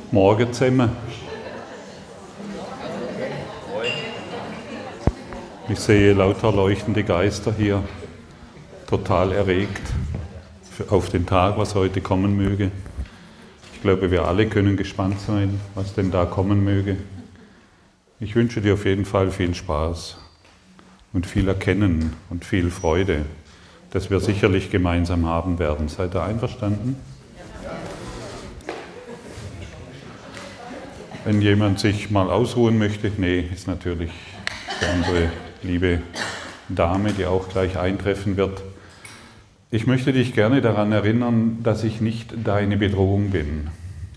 Morgen zusammen. Ich sehe lauter leuchtende Geister hier, total erregt auf den Tag, was heute kommen möge. Ich glaube, wir alle können gespannt sein, was denn da kommen möge. Ich wünsche dir auf jeden Fall viel Spaß und viel Erkennen und viel Freude, das wir sicherlich gemeinsam haben werden. Seid ihr einverstanden? Wenn jemand sich mal ausruhen möchte, nee, ist natürlich unsere liebe Dame, die auch gleich eintreffen wird. Ich möchte dich gerne daran erinnern, dass ich nicht deine Bedrohung bin.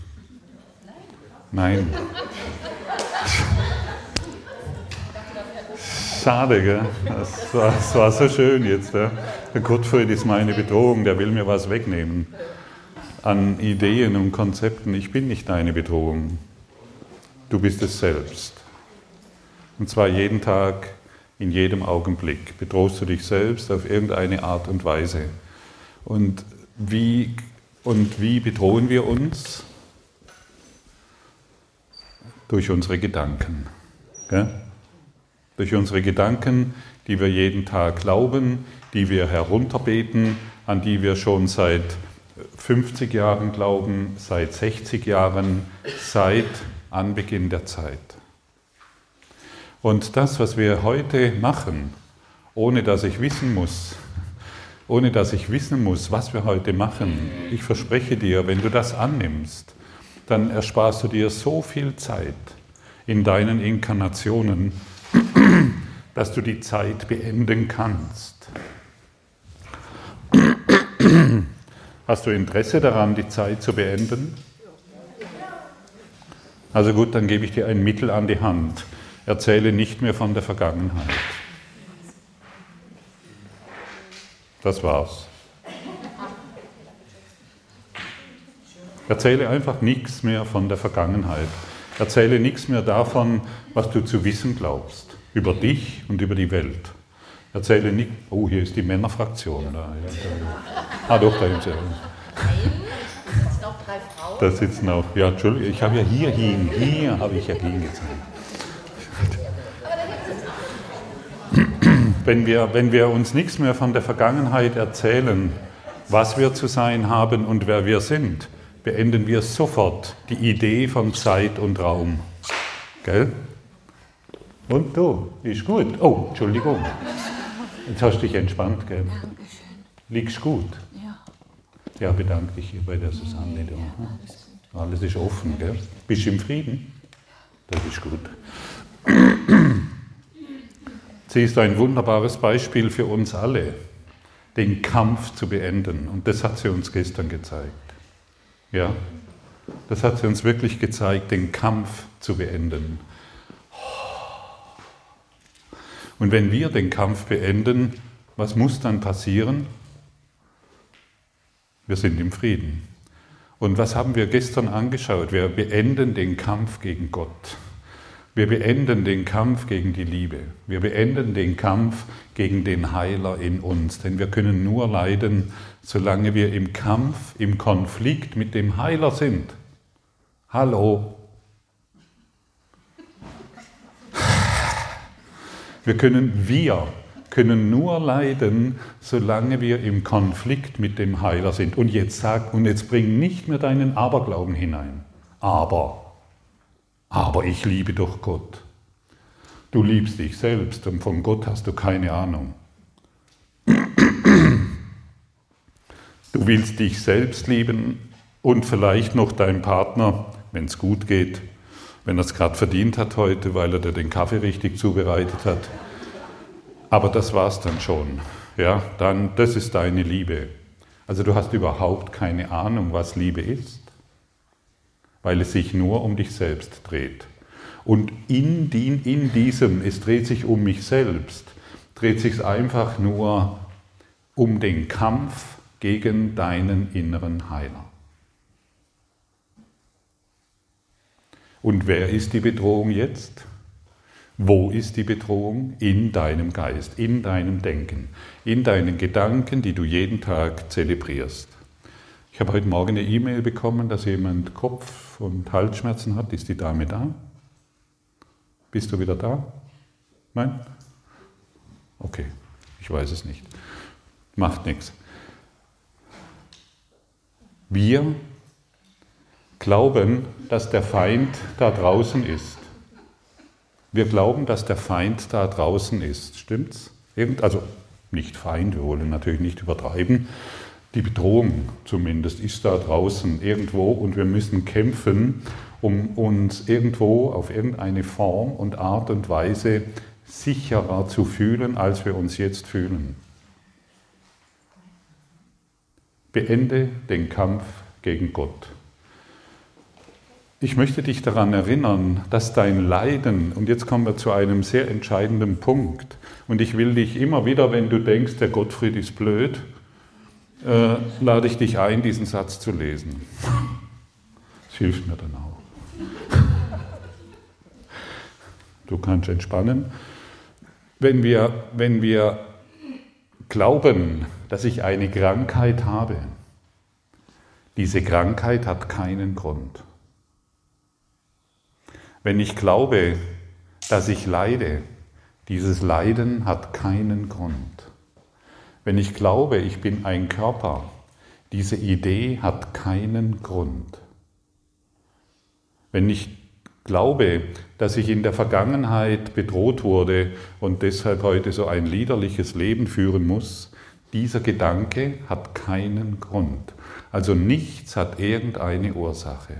Nein. Schade, gell? Das war so schön jetzt. Ja? Der Gottfried ist meine Bedrohung, der will mir was wegnehmen an Ideen und Konzepten. Ich bin nicht deine Bedrohung. Du bist es selbst. Und zwar jeden Tag, in jedem Augenblick. Bedrohst du dich selbst auf irgendeine Art und Weise. Und wie bedrohen wir uns? Durch unsere Gedanken. Gell? Durch unsere Gedanken, die wir jeden Tag glauben, die wir herunterbeten, an die wir schon seit 50 Jahren glauben, seit 60 Jahren, seit Anbeginn der Zeit. Und das, was wir heute machen, ohne dass ich wissen muss, was wir heute machen, ich verspreche dir, wenn du das annimmst, dann ersparst du dir so viel Zeit in deinen Inkarnationen, dass du die Zeit beenden kannst. Hast du Interesse daran, die Zeit zu beenden? Also gut, dann gebe ich dir ein Mittel an die Hand. Erzähle nicht mehr von der Vergangenheit. Das war's. Erzähle einfach nichts mehr von der Vergangenheit. Erzähle nichts mehr davon, was du zu wissen glaubst. Über dich und über die Welt. Erzähle nicht. Oh, hier ist die Männerfraktion. Doch, da ist sie. Da sitzen auch. Ja, Entschuldigung, ich habe ja hier habe ich ja hingezeigt. Wenn wir uns nichts mehr von der Vergangenheit erzählen, was wir zu sein haben und wer wir sind, beenden wir sofort die Idee von Zeit und Raum. Gell? Und du, ist gut. Oh, Entschuldigung. Jetzt hast du dich entspannt, gell? Liegst gut? Ja, bedanke dich hier bei der Susanne. Ja, alles ist offen, gell? Bist du im Frieden? Das ist gut. Sie ist ein wunderbares Beispiel für uns alle, den Kampf zu beenden. Und das hat sie uns gestern gezeigt. Ja, das hat sie uns wirklich gezeigt, den Kampf zu beenden. Und wenn wir den Kampf beenden, was muss dann passieren? Wir sind im Frieden. Und was haben wir gestern angeschaut? Wir beenden den Kampf gegen Gott. Wir beenden den Kampf gegen die Liebe. Wir beenden den Kampf gegen den Heiler in uns. Denn wir können nur leiden, solange wir im Kampf, im Konflikt mit dem Heiler sind. Hallo? Wir können nur leiden, solange wir im Konflikt mit dem Heiler sind. Und jetzt bring nicht mehr deinen Aberglauben hinein. Aber ich liebe doch Gott. Du liebst dich selbst und von Gott hast du keine Ahnung. Du willst dich selbst lieben und vielleicht noch deinen Partner, wenn es gut geht, wenn er es gerade verdient hat heute, weil er dir den Kaffee richtig zubereitet hat. Aber das war's dann schon. Ja, dann, das ist deine Liebe. Also du hast überhaupt keine Ahnung, was Liebe ist, weil es sich nur um dich selbst dreht. Und in diesem, es dreht sich um mich selbst, dreht sich einfach nur um den Kampf gegen deinen inneren Heiler. Und wer ist die Bedrohung jetzt? Wo ist die Bedrohung? In deinem Geist, in deinem Denken, in deinen Gedanken, die du jeden Tag zelebrierst. Ich Ich habe heute Morgen eine E-Mail bekommen, dass jemand Kopf- und Halsschmerzen hat. Ist die Dame da? Bist du wieder da? Nein? Okay, ich weiß es nicht. Macht nichts. Wir glauben, dass der Feind da draußen ist. Wir glauben, dass der Feind da draußen ist. Stimmt's? Also nicht Feind, wir wollen natürlich nicht übertreiben. Die Bedrohung zumindest ist da draußen irgendwo und wir müssen kämpfen, um uns irgendwo auf irgendeine Form und Art und Weise sicherer zu fühlen, als wir uns jetzt fühlen. Beende den Kampf gegen Gott. Ich möchte dich daran erinnern, dass dein Leiden, und jetzt kommen wir zu einem sehr entscheidenden Punkt, und ich will dich immer wieder, wenn du denkst, der Gottfried ist blöd, lade ich dich ein, diesen Satz zu lesen. Das hilft mir dann auch. Du kannst entspannen. Wenn wir glauben, dass ich eine Krankheit habe, diese Krankheit hat keinen Grund. Wenn ich glaube, dass ich leide, dieses Leiden hat keinen Grund. Wenn ich glaube, ich bin ein Körper, diese Idee hat keinen Grund. Wenn ich glaube, dass ich in der Vergangenheit bedroht wurde und deshalb heute so ein liederliches Leben führen muss, dieser Gedanke hat keinen Grund. Also nichts hat irgendeine Ursache.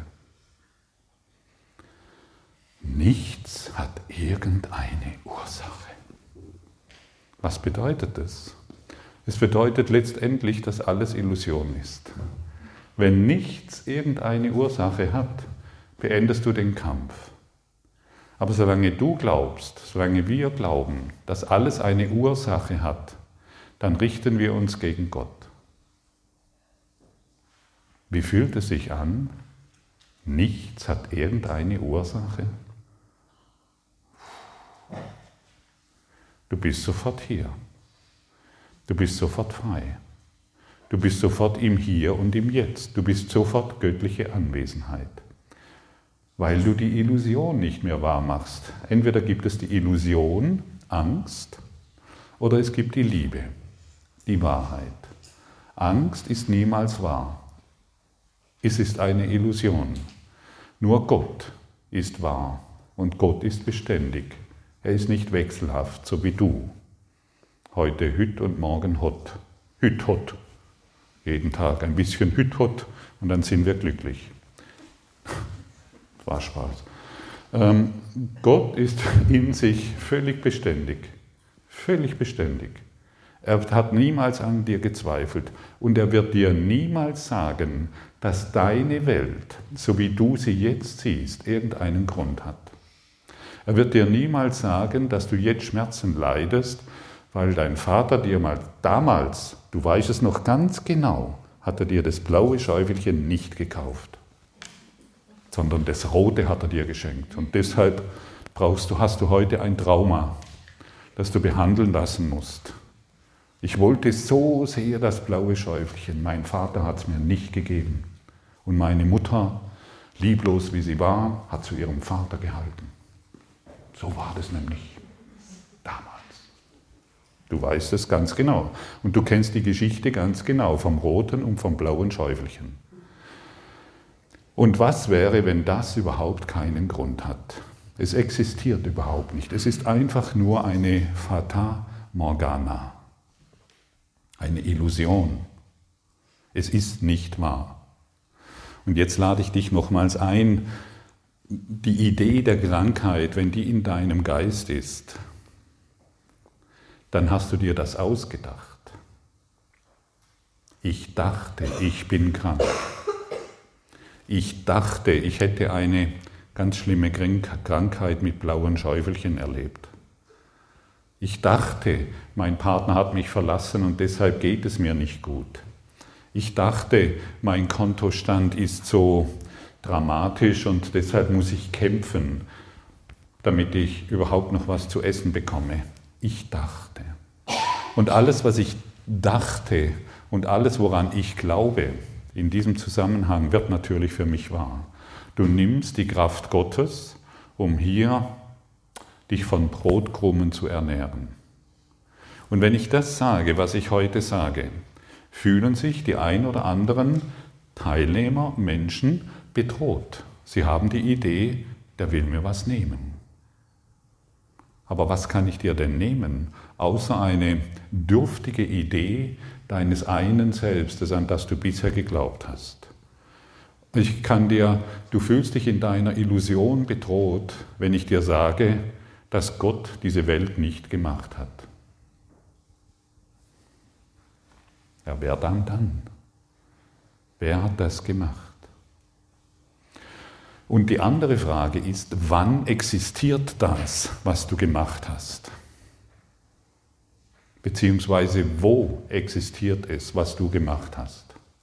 Nichts hat irgendeine Ursache. Was bedeutet das? Es bedeutet letztendlich, dass alles Illusion ist. Wenn nichts irgendeine Ursache hat, beendest du den Kampf. Aber solange du glaubst, solange wir glauben, dass alles eine Ursache hat, dann richten wir uns gegen Gott. Wie fühlt es sich an? Nichts hat irgendeine Ursache. Du bist sofort hier. Du bist sofort frei. Du bist sofort im Hier und im Jetzt. Du bist sofort göttliche Anwesenheit. Weil du die Illusion nicht mehr wahr machst. Entweder gibt es die Illusion, Angst, oder es gibt die Liebe, die Wahrheit. Angst ist niemals wahr. Es ist eine Illusion. Nur Gott ist wahr und Gott ist beständig. Er ist nicht wechselhaft, so wie du. Heute Hüt und morgen Hot. Hüt, Hot. Jeden Tag ein bisschen Hüt, Hot und dann sind wir glücklich. War Spaß. Gott ist in sich völlig beständig. Völlig beständig. Er hat niemals an dir gezweifelt und er wird dir niemals sagen, dass deine Welt, so wie du sie jetzt siehst, irgendeinen Grund hat. Er wird dir niemals sagen, dass du jetzt Schmerzen leidest, weil dein Vater dir mal damals, du weißt es noch ganz genau, hat er dir das blaue Schäufelchen nicht gekauft, sondern das rote hat er dir geschenkt. Und deshalb hast du heute ein Trauma, das du behandeln lassen musst. Ich wollte so sehr das blaue Schäufelchen, mein Vater hat es mir nicht gegeben. Und meine Mutter, lieblos wie sie war, hat zu ihrem Vater gehalten. So war das nämlich damals. Du weißt es ganz genau. Und du kennst die Geschichte ganz genau vom roten und vom blauen Schäufelchen. Und was wäre, wenn das überhaupt keinen Grund hat? Es existiert überhaupt nicht. Es ist einfach nur eine Fata Morgana. Eine Illusion. Es ist nicht wahr. Und jetzt lade ich dich nochmals ein, die Idee der Krankheit, wenn die in deinem Geist ist, dann hast du dir das ausgedacht. Ich dachte, ich bin krank. Ich dachte, ich hätte eine ganz schlimme Krankheit mit blauen Schäufelchen erlebt. Ich dachte, mein Partner hat mich verlassen und deshalb geht es mir nicht gut. Ich dachte, mein Kontostand ist so dramatisch und deshalb muss ich kämpfen, damit ich überhaupt noch was zu essen bekomme. Ich dachte. Und alles, was ich dachte und alles, woran ich glaube, in diesem Zusammenhang wird natürlich für mich wahr. Du nimmst die Kraft Gottes, um hier dich von Brotkrummen zu ernähren. Und wenn ich das sage, was ich heute sage, fühlen sich die ein oder anderen Teilnehmer, Menschen bedroht. Sie haben die Idee, der will mir was nehmen. Aber was kann ich dir denn nehmen, außer eine dürftige Idee deines einen Selbstes, an das du bisher geglaubt hast? Du fühlst dich in deiner Illusion bedroht, wenn ich dir sage, dass Gott diese Welt nicht gemacht hat. Ja, wer dann? Wer hat das gemacht? Und die andere Frage ist, wann existiert das, was du gemacht hast? Beziehungsweise wo existiert es, was du gemacht hast?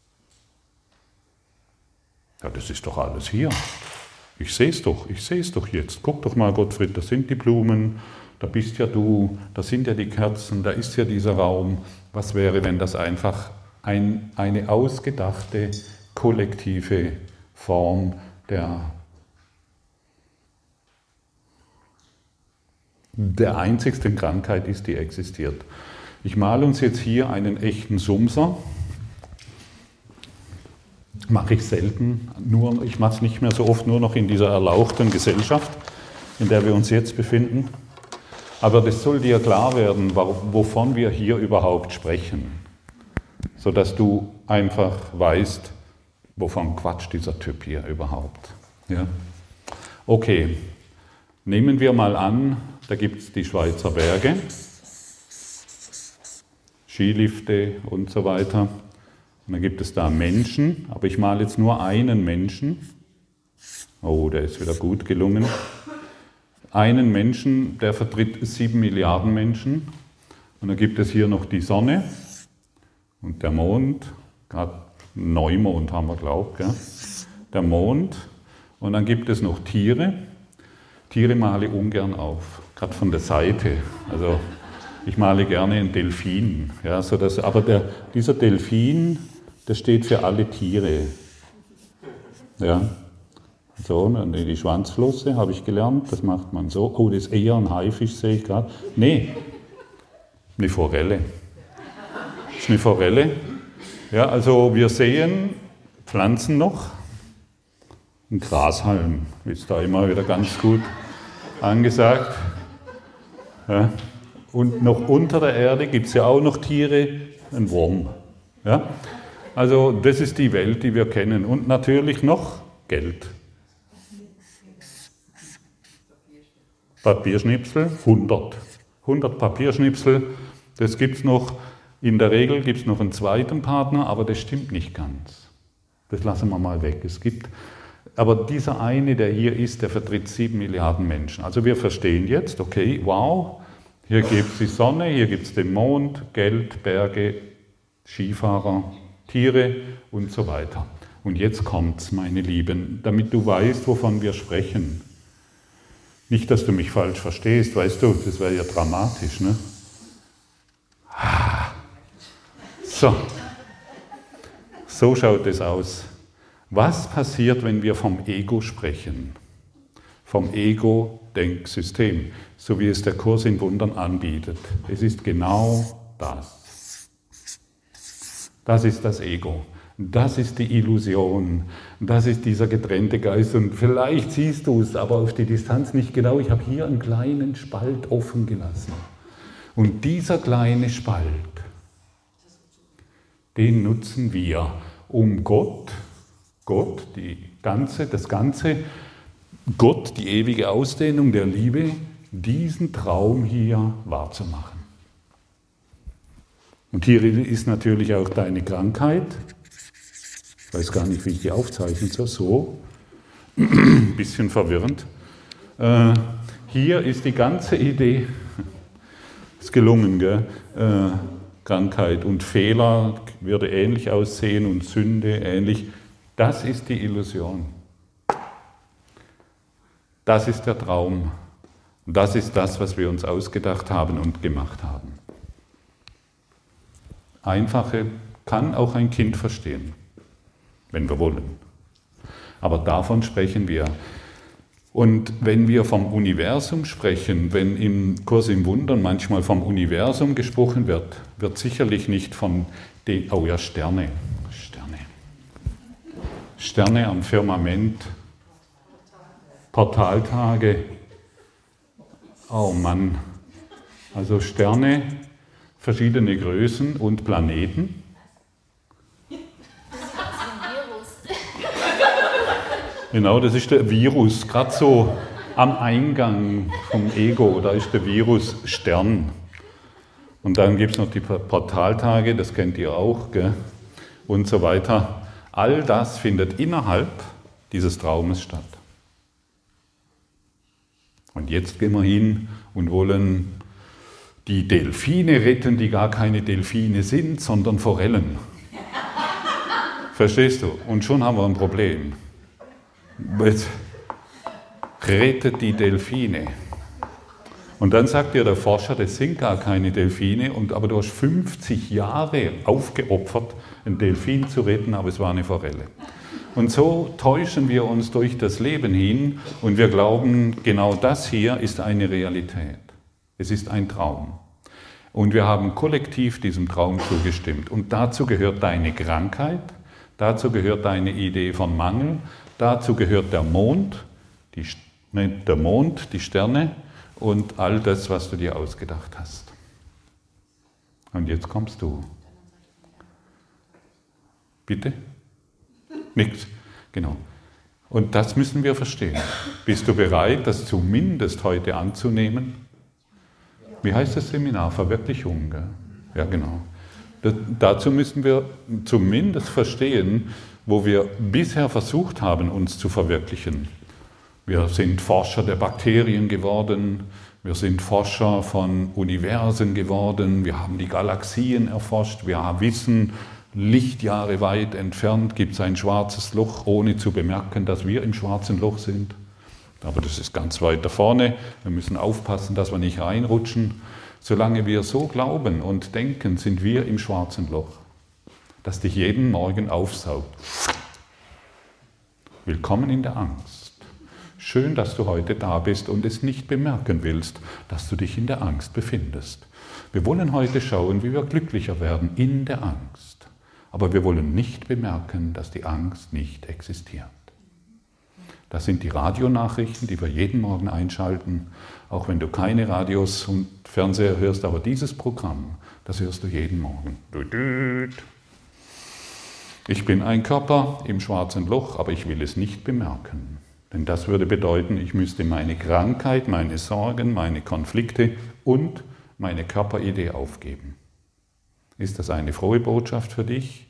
Ja, das ist doch alles hier. Ich sehe es doch jetzt. Guck doch mal, Gottfried, da sind die Blumen, da bist ja du, da sind ja die Kerzen, da ist ja dieser Raum. Was wäre, wenn das einfach eine ausgedachte, kollektive Form der einzigsten Krankheit ist, die existiert. Ich male uns jetzt hier einen echten Sumser. Mache ich selten, ich mache es nicht mehr so oft, nur noch in dieser erlauchten Gesellschaft, in der wir uns jetzt befinden. Aber das soll dir klar werden, wovon wir hier überhaupt sprechen, sodass du einfach weißt, wovon quatscht dieser Typ hier überhaupt. Ja? Okay, nehmen wir mal an, da gibt es die Schweizer Berge, Skilifte und so weiter. Und dann gibt es da Menschen, aber ich male jetzt nur einen Menschen. Oh, der ist wieder gut gelungen. Einen Menschen, der vertritt 7 Milliarden Menschen. Und dann gibt es hier noch die Sonne und der Mond, gerade Neumond haben wir glaubt, gell? Der Mond. Und dann gibt es noch Tiere. Tiere male ich ungern auf, gerade von der Seite. Also ich male gerne einen Delfin. Ja, aber dieser Delfin, der steht für alle Tiere. Ja. So, und die Schwanzflosse habe ich gelernt, das macht man so. Oh, das ist eher ein Haifisch, sehe ich gerade. Nee, eine Forelle. Das ist eine Forelle. Ja, also wir sehen Pflanzen noch. Ein Grashalm ist da immer wieder ganz gut angesagt. Ja. Und noch unter der Erde gibt es ja auch noch Tiere, ein Wurm. Ja? Also das ist die Welt, die wir kennen. Und natürlich noch Geld. Papierschnipsel, 100. 100 Papierschnipsel, das gibt es noch. In der Regel gibt es noch einen zweiten Partner, aber das stimmt nicht ganz. Das lassen wir mal weg. Aber dieser eine, der hier ist, der vertritt 7 Milliarden Menschen. Also wir verstehen jetzt, okay, wow, hier gibt es die Sonne, hier gibt es den Mond, Geld, Berge, Skifahrer, Tiere und so weiter. Und jetzt kommt's, meine Lieben, damit du weißt, wovon wir sprechen. Nicht, dass du mich falsch verstehst, weißt du, das wäre ja dramatisch, ne? So schaut es aus. Was passiert, wenn wir vom Ego sprechen? Vom Ego-Denksystem, so wie es der Kurs in Wundern anbietet. Es ist genau das. Das ist das Ego. Das ist die Illusion. Das ist dieser getrennte Geist. Und vielleicht siehst du es, aber auf die Distanz nicht genau. Ich habe hier einen kleinen Spalt offen gelassen. Und dieser kleine Spalt, den nutzen wir, um Gott, Gott, die ewige Ausdehnung der Liebe, diesen Traum hier wahrzumachen. Und hier ist natürlich auch deine Krankheit. Ich weiß gar nicht, wie ich die aufzeichnen soll. So, ein bisschen verwirrend. Hier ist die ganze Idee, ist gelungen, gell? Krankheit und Fehler würde ähnlich aussehen und Sünde ähnlich. Das ist die Illusion. Das ist der Traum. Das ist das, was wir uns ausgedacht haben und gemacht haben. Einfache kann auch ein Kind verstehen. wenn wir wollen. Aber davon sprechen wir. Und wenn wir vom Universum sprechen, wenn im Kurs im Wundern manchmal vom Universum gesprochen wird, wird sicherlich nicht von den, oh ja, Sterne am Firmament, Portaltage, oh Mann, also Sterne, verschiedene Größen und Planeten. Genau, das ist der Virus, gerade so am Eingang vom Ego, da ist der Virus Stern. Und dann gibt es noch die Portaltage, das kennt ihr auch, gell? Und so weiter. All das findet innerhalb dieses Traumes statt. Und jetzt gehen wir hin und wollen die Delfine retten, die gar keine Delfine sind, sondern Forellen. Verstehst du? Und schon haben wir ein Problem. Jetzt rettet die Delfine. Und dann sagt dir der Forscher, das sind gar keine Delfine, aber du hast 50 Jahre aufgeopfert, einen Delfin zu retten, aber es war eine Forelle. Und so täuschen wir uns durch das Leben hin und wir glauben, genau das hier ist eine Realität. Es ist ein Traum. Und wir haben kollektiv diesem Traum zugestimmt. Und dazu gehört deine Krankheit, dazu gehört deine Idee von Mangel, dazu gehört der Mond, die Sterne und all das, was du dir ausgedacht hast. Und jetzt kommst du. Bitte? Nichts. Genau. Und das müssen wir verstehen. Bist du bereit, das zumindest heute anzunehmen? Wie heißt das Seminar? Verwirklichung. Gell? Ja, genau. Dazu müssen wir zumindest verstehen, wo wir bisher versucht haben, uns zu verwirklichen. Wir sind Forscher der Bakterien geworden, wir sind Forscher von Universen geworden, wir haben die Galaxien erforscht, wir wissen, Lichtjahre weit entfernt gibt es ein schwarzes Loch, ohne zu bemerken, dass wir im schwarzen Loch sind. Aber das ist ganz weit da vorne, wir müssen aufpassen, dass wir nicht reinrutschen. Solange wir so glauben und denken, sind wir im schwarzen Loch, das dich jeden Morgen aufsaugt. Willkommen in der Angst. Schön, dass du heute da bist und es nicht bemerken willst, dass du dich in der Angst befindest. Wir wollen heute schauen, wie wir glücklicher werden in der Angst. Aber wir wollen nicht bemerken, dass die Angst nicht existiert. Das sind die Radionachrichten, die wir jeden Morgen einschalten. Auch wenn du keine Radios und Fernseher hörst, aber dieses Programm, das hörst du jeden Morgen. Ich bin ein Körper im schwarzen Loch, aber ich will es nicht bemerken. Denn das würde bedeuten, ich müsste meine Krankheit, meine Sorgen, meine Konflikte und meine Körperidee aufgeben. Ist das eine frohe Botschaft für dich?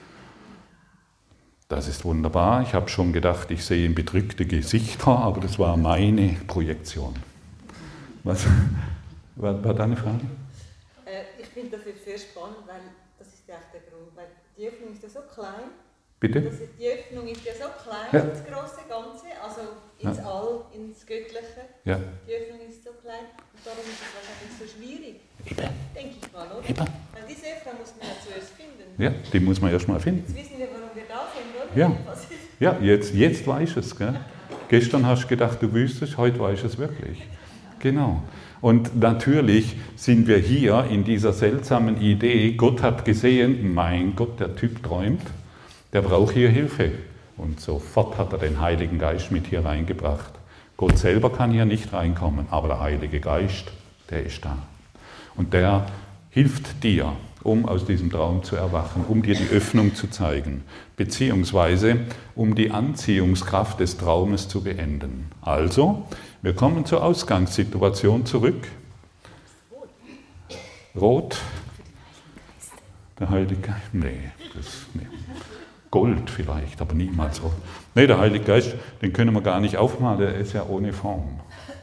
Das ist wunderbar. Ich habe schon gedacht, ich sehe bedrückte Gesichter, aber das war meine Projektion. Was war deine Frage? Ich finde das jetzt sehr spannend, weil das ist ja auch der Grund, weil die Öffnung ist ja so klein. Bitte? Die Öffnung ist ja so klein, ja. Das große Ganze, also ins ja. All, ins Göttliche. Ja. Die Öffnung ist so klein und darum ist es wahrscheinlich so schwierig. Eben. Denke ich mal, oder? Eben. Weil diese Öffnung muss man ja zuerst finden. Ja, die muss man erst mal finden. Jetzt wissen wir, warum wir da sind, oder? Ja, ja jetzt weißt du es. Gell? Gestern hast du gedacht, du wüsstest, heute weißt du es wirklich. Genau. Und natürlich sind wir hier in dieser seltsamen Idee, Gott hat gesehen, mein Gott, der Typ träumt, der braucht hier Hilfe. Und sofort hat er den Heiligen Geist mit hier reingebracht. Gott selber kann hier nicht reinkommen, aber der Heilige Geist, der ist da. Und der hilft dir, um aus diesem Traum zu erwachen, um dir die Öffnung zu zeigen, beziehungsweise um die Anziehungskraft des Traumes zu beenden. Also, wir kommen zur Ausgangssituation zurück. Rot, der Heilige Geist, nee. Gold vielleicht, aber niemals rot. Nee, der Heilige Geist, den können wir gar nicht aufmalen, der ist ja ohne Form.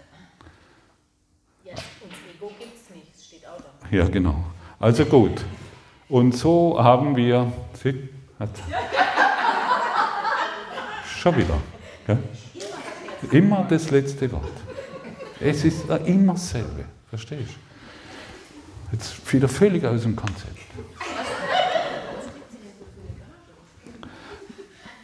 Ja, und Ego gibt es nicht, das steht auch da. Ja, genau. Also gut. Und so haben wir, schon wieder, ja? Immer das letzte Wort. Es ist immer dasselbe, verstehst du? Jetzt wieder völlig aus dem Konzept.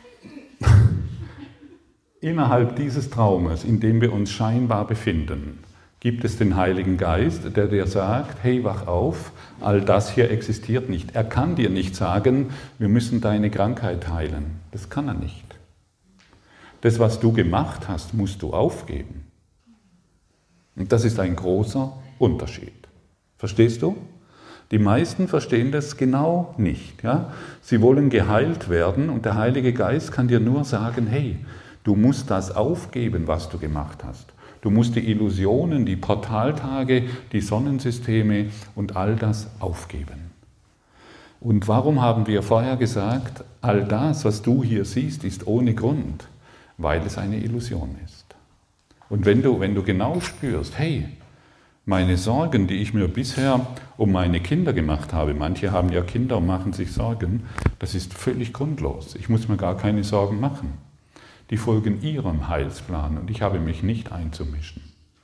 innerhalb dieses Traumes, in dem wir uns scheinbar befinden, gibt es den Heiligen Geist, der dir sagt, hey, wach auf, all das hier existiert nicht. Er kann dir nicht sagen, wir müssen deine Krankheit heilen. Das kann er nicht. Das, was du gemacht hast, musst du aufgeben. Und das ist ein großer Unterschied. Verstehst du? Die meisten verstehen das genau nicht. Ja? Sie wollen geheilt werden und der Heilige Geist kann dir nur sagen, hey, du musst das aufgeben, was du gemacht hast. Du musst die Illusionen, die Portaltage, die Sonnensysteme und all das aufgeben. Und warum haben wir vorher gesagt, all das, was du hier siehst, ist ohne Grund? Weil es eine Illusion ist. Und wenn du genau spürst, hey, meine Sorgen, die ich mir bisher um meine Kinder gemacht habe, manche haben ja Kinder und machen sich Sorgen, das ist völlig grundlos. Ich muss mir gar keine Sorgen machen. Die folgen ihrem Heilsplan und ich habe mich nicht einzumischen.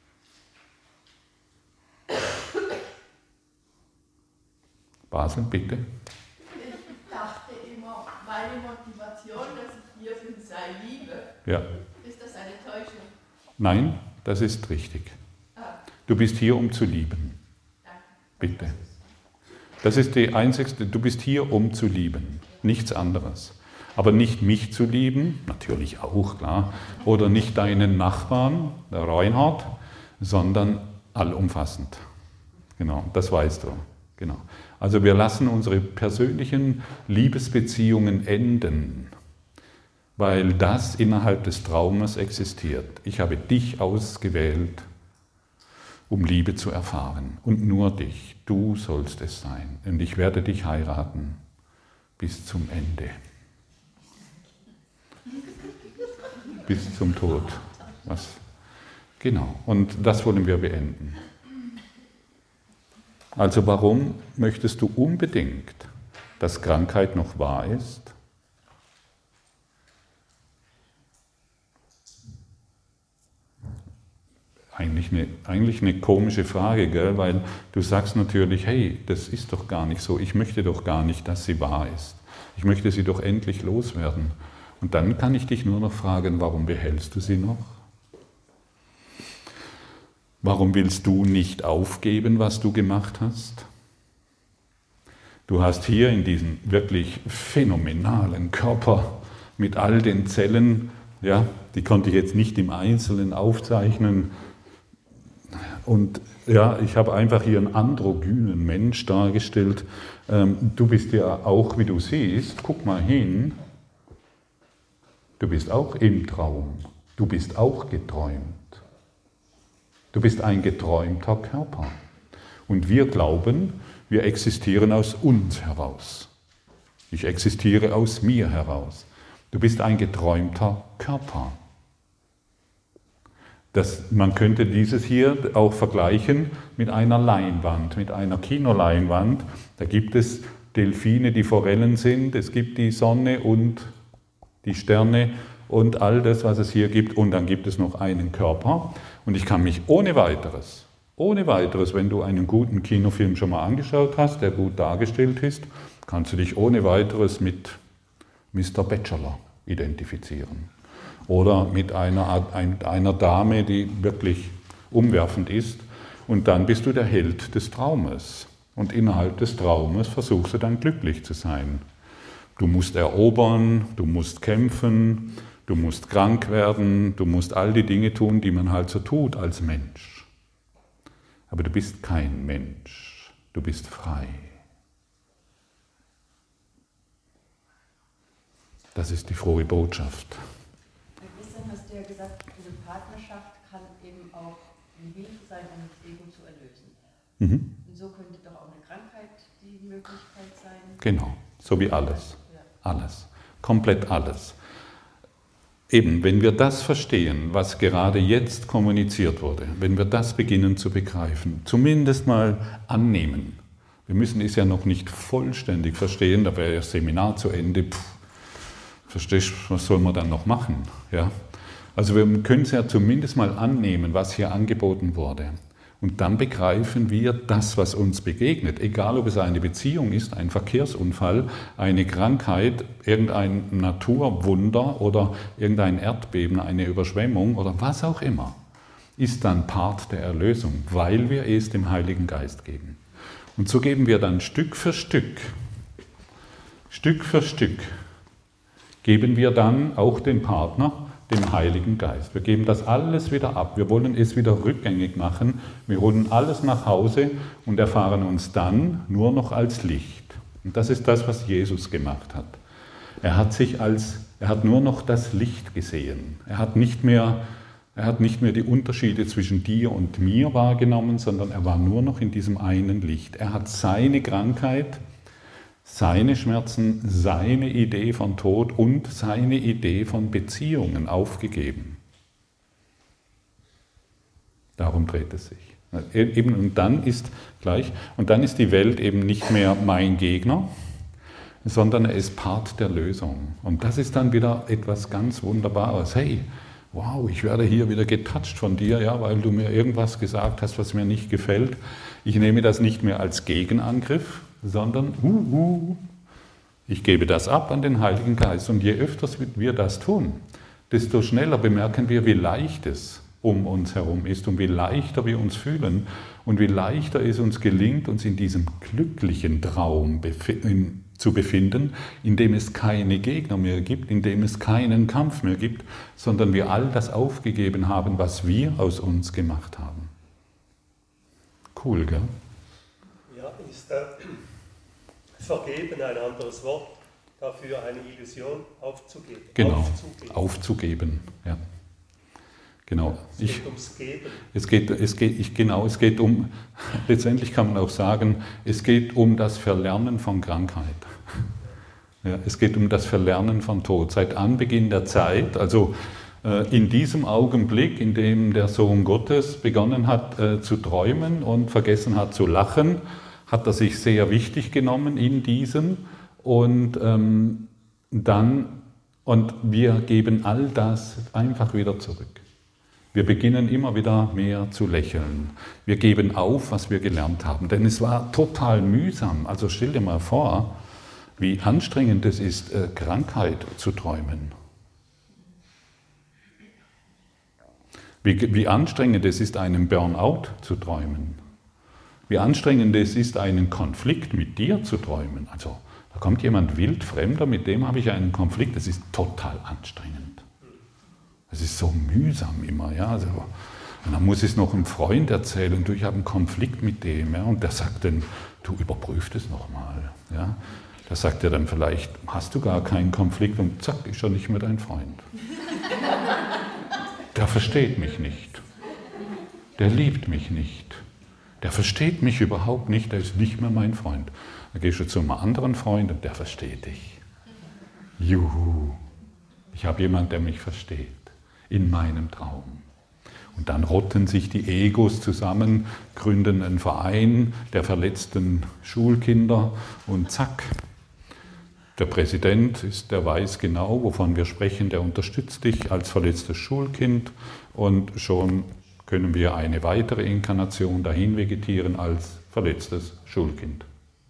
Basel, bitte. Ich dachte immer, meine Motivation, dass ich hier bin, sei Liebe. Ja. Ist das eine Täuschung? Nein, das ist richtig. Du bist hier, um zu lieben. Danke. Bitte. Das ist die einzigste, du bist hier, um zu lieben. Nichts anderes. Aber nicht mich zu lieben, natürlich auch, klar, oder nicht deinen Nachbarn, der Reinhard, sondern allumfassend. Genau, das weißt du. Genau. Also wir lassen unsere persönlichen Liebesbeziehungen enden, weil das innerhalb des Traumes existiert. Ich habe dich ausgewählt, um Liebe zu erfahren. Und nur dich. Du sollst es sein. Und ich werde dich heiraten bis zum Ende. Bis zum Tod. Was? Genau. Und das wollen wir beenden. Also warum möchtest du unbedingt, dass Krankheit noch wahr ist? Eigentlich eine komische Frage, gell? Weil du sagst natürlich, hey, das ist doch gar nicht so, ich möchte doch gar nicht, dass sie wahr ist. Ich möchte sie doch endlich loswerden. Und dann kann ich dich nur noch fragen, warum behältst du sie noch? Warum willst du nicht aufgeben, was du gemacht hast? Du hast hier in diesem wirklich phänomenalen Körper mit all den Zellen, ja, die konnte ich jetzt nicht im Einzelnen aufzeichnen. Und ja, ich habe einfach hier einen androgynen Mensch dargestellt. Du bist ja auch, wie du siehst, guck mal hin, du bist auch im Traum, du bist auch geträumt. Du bist ein geträumter Körper. Und wir glauben, wir existieren aus uns heraus. Ich existiere aus mir heraus. Du bist ein geträumter Körper. Man könnte dieses hier auch vergleichen mit einer Leinwand, mit einer Kinoleinwand. Da gibt es Delfine, die Forellen sind, es gibt die Sonne und die Sterne und all das, was es hier gibt. Und dann gibt es noch einen Körper. Und ich kann mich ohne weiteres, wenn du einen guten Kinofilm schon mal angeschaut hast, der gut dargestellt ist, kannst du dich ohne weiteres mit Mr. Bachelor identifizieren. Oder mit einer Dame, die wirklich umwerfend ist. Und dann bist du der Held des Traumes. Und innerhalb des Traumes versuchst du dann glücklich zu sein. Du musst erobern, du musst kämpfen, du musst krank werden, du musst all die Dinge tun, die man halt so tut als Mensch. Aber du bist kein Mensch, du bist frei. Das ist die frohe Botschaft. Gestern hast du ja gesagt, eine Partnerschaft kann eben auch eine Hilfe sein, um das Ego zu erlösen. Mhm. Und so könnte doch auch eine Krankheit die Möglichkeit sein. Genau, so wie alles. Alles, komplett alles. Eben, wenn wir das verstehen, was gerade jetzt kommuniziert wurde, wenn wir das beginnen zu begreifen, zumindest mal annehmen. Wir müssen es ja noch nicht vollständig verstehen, da wäre ja das Seminar zu Ende. Verstehst du, was soll man dann noch machen? Ja? Also wir können es ja zumindest mal annehmen, was hier angeboten wurde. Und dann begreifen wir das, was uns begegnet. Egal, ob es eine Beziehung ist, ein Verkehrsunfall, eine Krankheit, irgendein Naturwunder oder irgendein Erdbeben, eine Überschwemmung oder was auch immer, ist dann Part der Erlösung, weil wir es dem Heiligen Geist geben. Und so geben wir dann Stück für Stück, geben wir dann auch dem Partner, dem Heiligen Geist. Wir geben das alles wieder ab. Wir wollen es wieder rückgängig machen. Wir holen alles nach Hause und erfahren uns dann nur noch als Licht. Und das ist das, was Jesus gemacht hat. Er hat nur noch das Licht gesehen. Er hat nicht mehr die Unterschiede zwischen dir und mir wahrgenommen, sondern er war nur noch in diesem einen Licht. Er hat seine Krankheit, seine Schmerzen, seine Idee von Tod und seine Idee von Beziehungen aufgegeben. Darum dreht es sich. Und dann ist die Welt eben nicht mehr mein Gegner, sondern er ist Part der Lösung. Und das ist dann wieder etwas ganz Wunderbares. Hey, wow, ich werde hier wieder getoucht von dir, ja, weil du mir irgendwas gesagt hast, was mir nicht gefällt. Ich nehme das nicht mehr als Gegenangriff, sondern ich gebe das ab an den Heiligen Geist. Und je öfter wir das tun, desto schneller bemerken wir, wie leicht es um uns herum ist und wie leichter wir uns fühlen und wie leichter es uns gelingt, uns in diesem glücklichen Traum zu befinden, in dem es keine Gegner mehr gibt, in dem es keinen Kampf mehr gibt, sondern wir all das aufgegeben haben, was wir aus uns gemacht haben. Cool, gell? Ja, ist Vergeben ein anderes Wort dafür, eine Illusion aufzugeben? Genau, aufzugeben, ja. Genau. Es geht ums Geben. Es geht um, letztendlich kann man auch sagen, es geht um das Verlernen von Krankheit. Ja, es geht um das Verlernen von Tod. Seit Anbeginn der Zeit, also in diesem Augenblick, in dem der Sohn Gottes begonnen hat zu träumen und vergessen hat zu lachen, hat er sich sehr wichtig genommen in diesem und wir geben all das einfach wieder zurück. Wir beginnen immer wieder mehr zu lächeln. Wir geben auf, was wir gelernt haben, denn es war total mühsam. Also stell dir mal vor, wie anstrengend es ist, Krankheit zu träumen. Wie anstrengend es ist, einen Burnout zu träumen. Wie anstrengend es ist, einen Konflikt mit dir zu träumen. Also da kommt jemand wildfremder, mit dem habe ich einen Konflikt, das ist total anstrengend. Es ist so mühsam immer. Ja? Also, und dann muss ich es noch einem Freund erzählen, du, ich habe einen Konflikt mit dem. Ja? Und der sagt dann, du überprüf das nochmal. Ja? Da sagt er dann vielleicht, hast du gar keinen Konflikt und zack, ist er nicht mehr dein Freund. Der versteht mich nicht. Der liebt mich nicht. Der versteht mich überhaupt nicht, der ist nicht mehr mein Freund. Dann gehst du zu einem anderen Freund und der versteht dich. Juhu, ich habe jemanden, der mich versteht, in meinem Traum. Und dann rotten sich die Egos zusammen, gründen einen Verein der verletzten Schulkinder und zack. Der Präsident der weiß genau, wovon wir sprechen, der unterstützt dich als verletztes Schulkind und schon können wir eine weitere Inkarnation dahin vegetieren als verletztes Schulkind.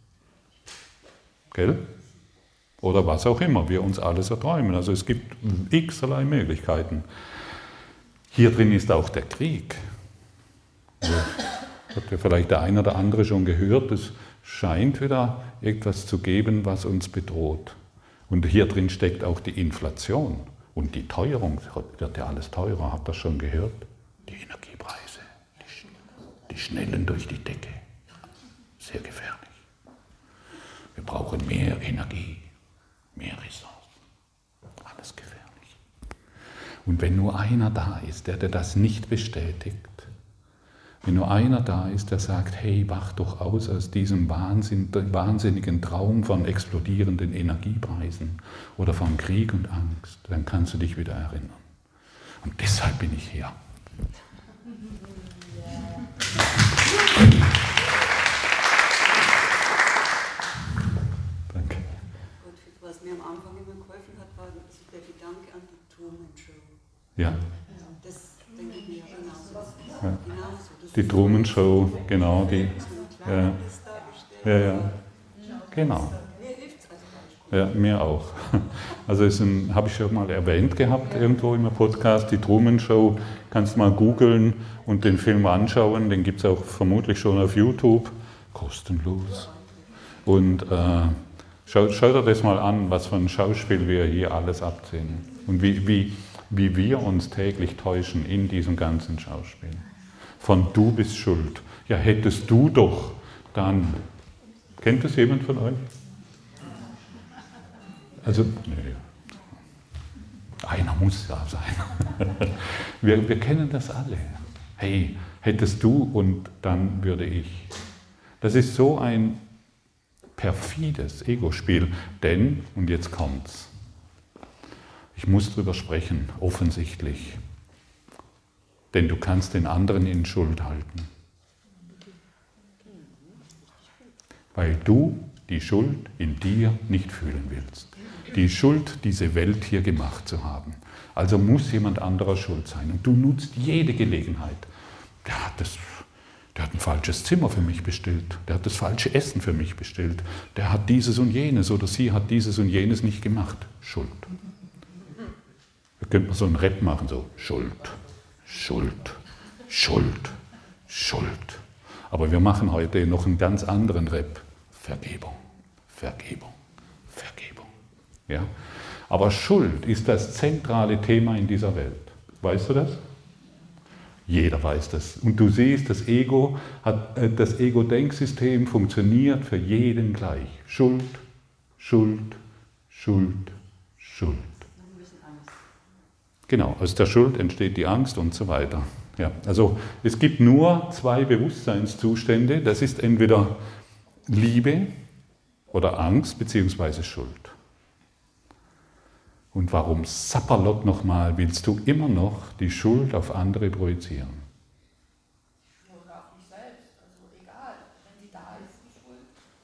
Gell? Oder was auch immer, wir uns alles erträumen. Also es gibt x-erlei Möglichkeiten. Hier drin ist auch der Krieg. Also, hat ja vielleicht der eine oder andere schon gehört, es scheint wieder etwas zu geben, was uns bedroht. Und hier drin steckt auch die Inflation und die Teuerung. Wird ja alles teurer, habt ihr das schon gehört? Die Energiepreise, die schnellen durch die Decke. Sehr gefährlich. Wir brauchen mehr Energie, mehr Ressourcen. Alles gefährlich. Und wenn nur einer da ist, der das nicht bestätigt, wenn nur einer da ist, der sagt, hey, wach doch aus diesem wahnsinnigen Traum von explodierenden Energiepreisen oder von Krieg und Angst, dann kannst du dich wieder erinnern. Und deshalb bin ich hier. Danke. Was mir am Anfang immer geholfen hat, war der Gedanke an die Truman Show. Ja. Das denke ich mir genauso. Ja. Genau so. Die Truman Show, genau, die. So ein kleines dargestellt. Ja, genau. Mir hilft es als Beispiel. Ja, mir auch. Also habe ich schon mal erwähnt gehabt, irgendwo im Podcast, die Truman Show. Kannst mal googeln und den Film anschauen, den gibt es auch vermutlich schon auf YouTube, kostenlos. Und schau dir das mal an, was für ein Schauspiel wir hier alles abziehen. Und wie wir uns täglich täuschen in diesem ganzen Schauspiel. Von du bist schuld. Ja, hättest du doch dann. Kennt das jemand von euch? Also, nee. Einer muss da sein. Wir kennen das alle. Hey, hättest du und dann würde ich. Das ist so ein perfides Ego-Spiel, denn, und jetzt kommt's, ich muss drüber sprechen, offensichtlich, denn du kannst den anderen in Schuld halten. Weil du die Schuld in dir nicht fühlen willst. Die Schuld, diese Welt hier gemacht zu haben. Also muss jemand anderer schuld sein. Und du nutzt jede Gelegenheit. Der hat ein falsches Zimmer für mich bestellt. Der hat das falsche Essen für mich bestellt. Der hat dieses und jenes oder sie hat dieses und jenes nicht gemacht. Schuld. Da könnte man so einen Rap machen, so Schuld, Schuld, Schuld, Schuld. Aber wir machen heute noch einen ganz anderen Rap. Vergebung, Vergebung, Vergebung. Ja? Aber Schuld ist das zentrale Thema in dieser Welt. Weißt du das? Jeder weiß das. Und du siehst, das Ego-Denksystem funktioniert für jeden gleich. Schuld, Schuld, Schuld, Schuld. Genau, aus der Schuld entsteht die Angst und so weiter. Ja, also es gibt nur zwei Bewusstseinszustände. Das ist entweder Liebe oder Angst bzw. Schuld. Und warum Sapperlot nochmal willst du immer noch die Schuld auf andere projizieren? Oder auf mich selbst, also egal, wenn sie da ist, die Schuld.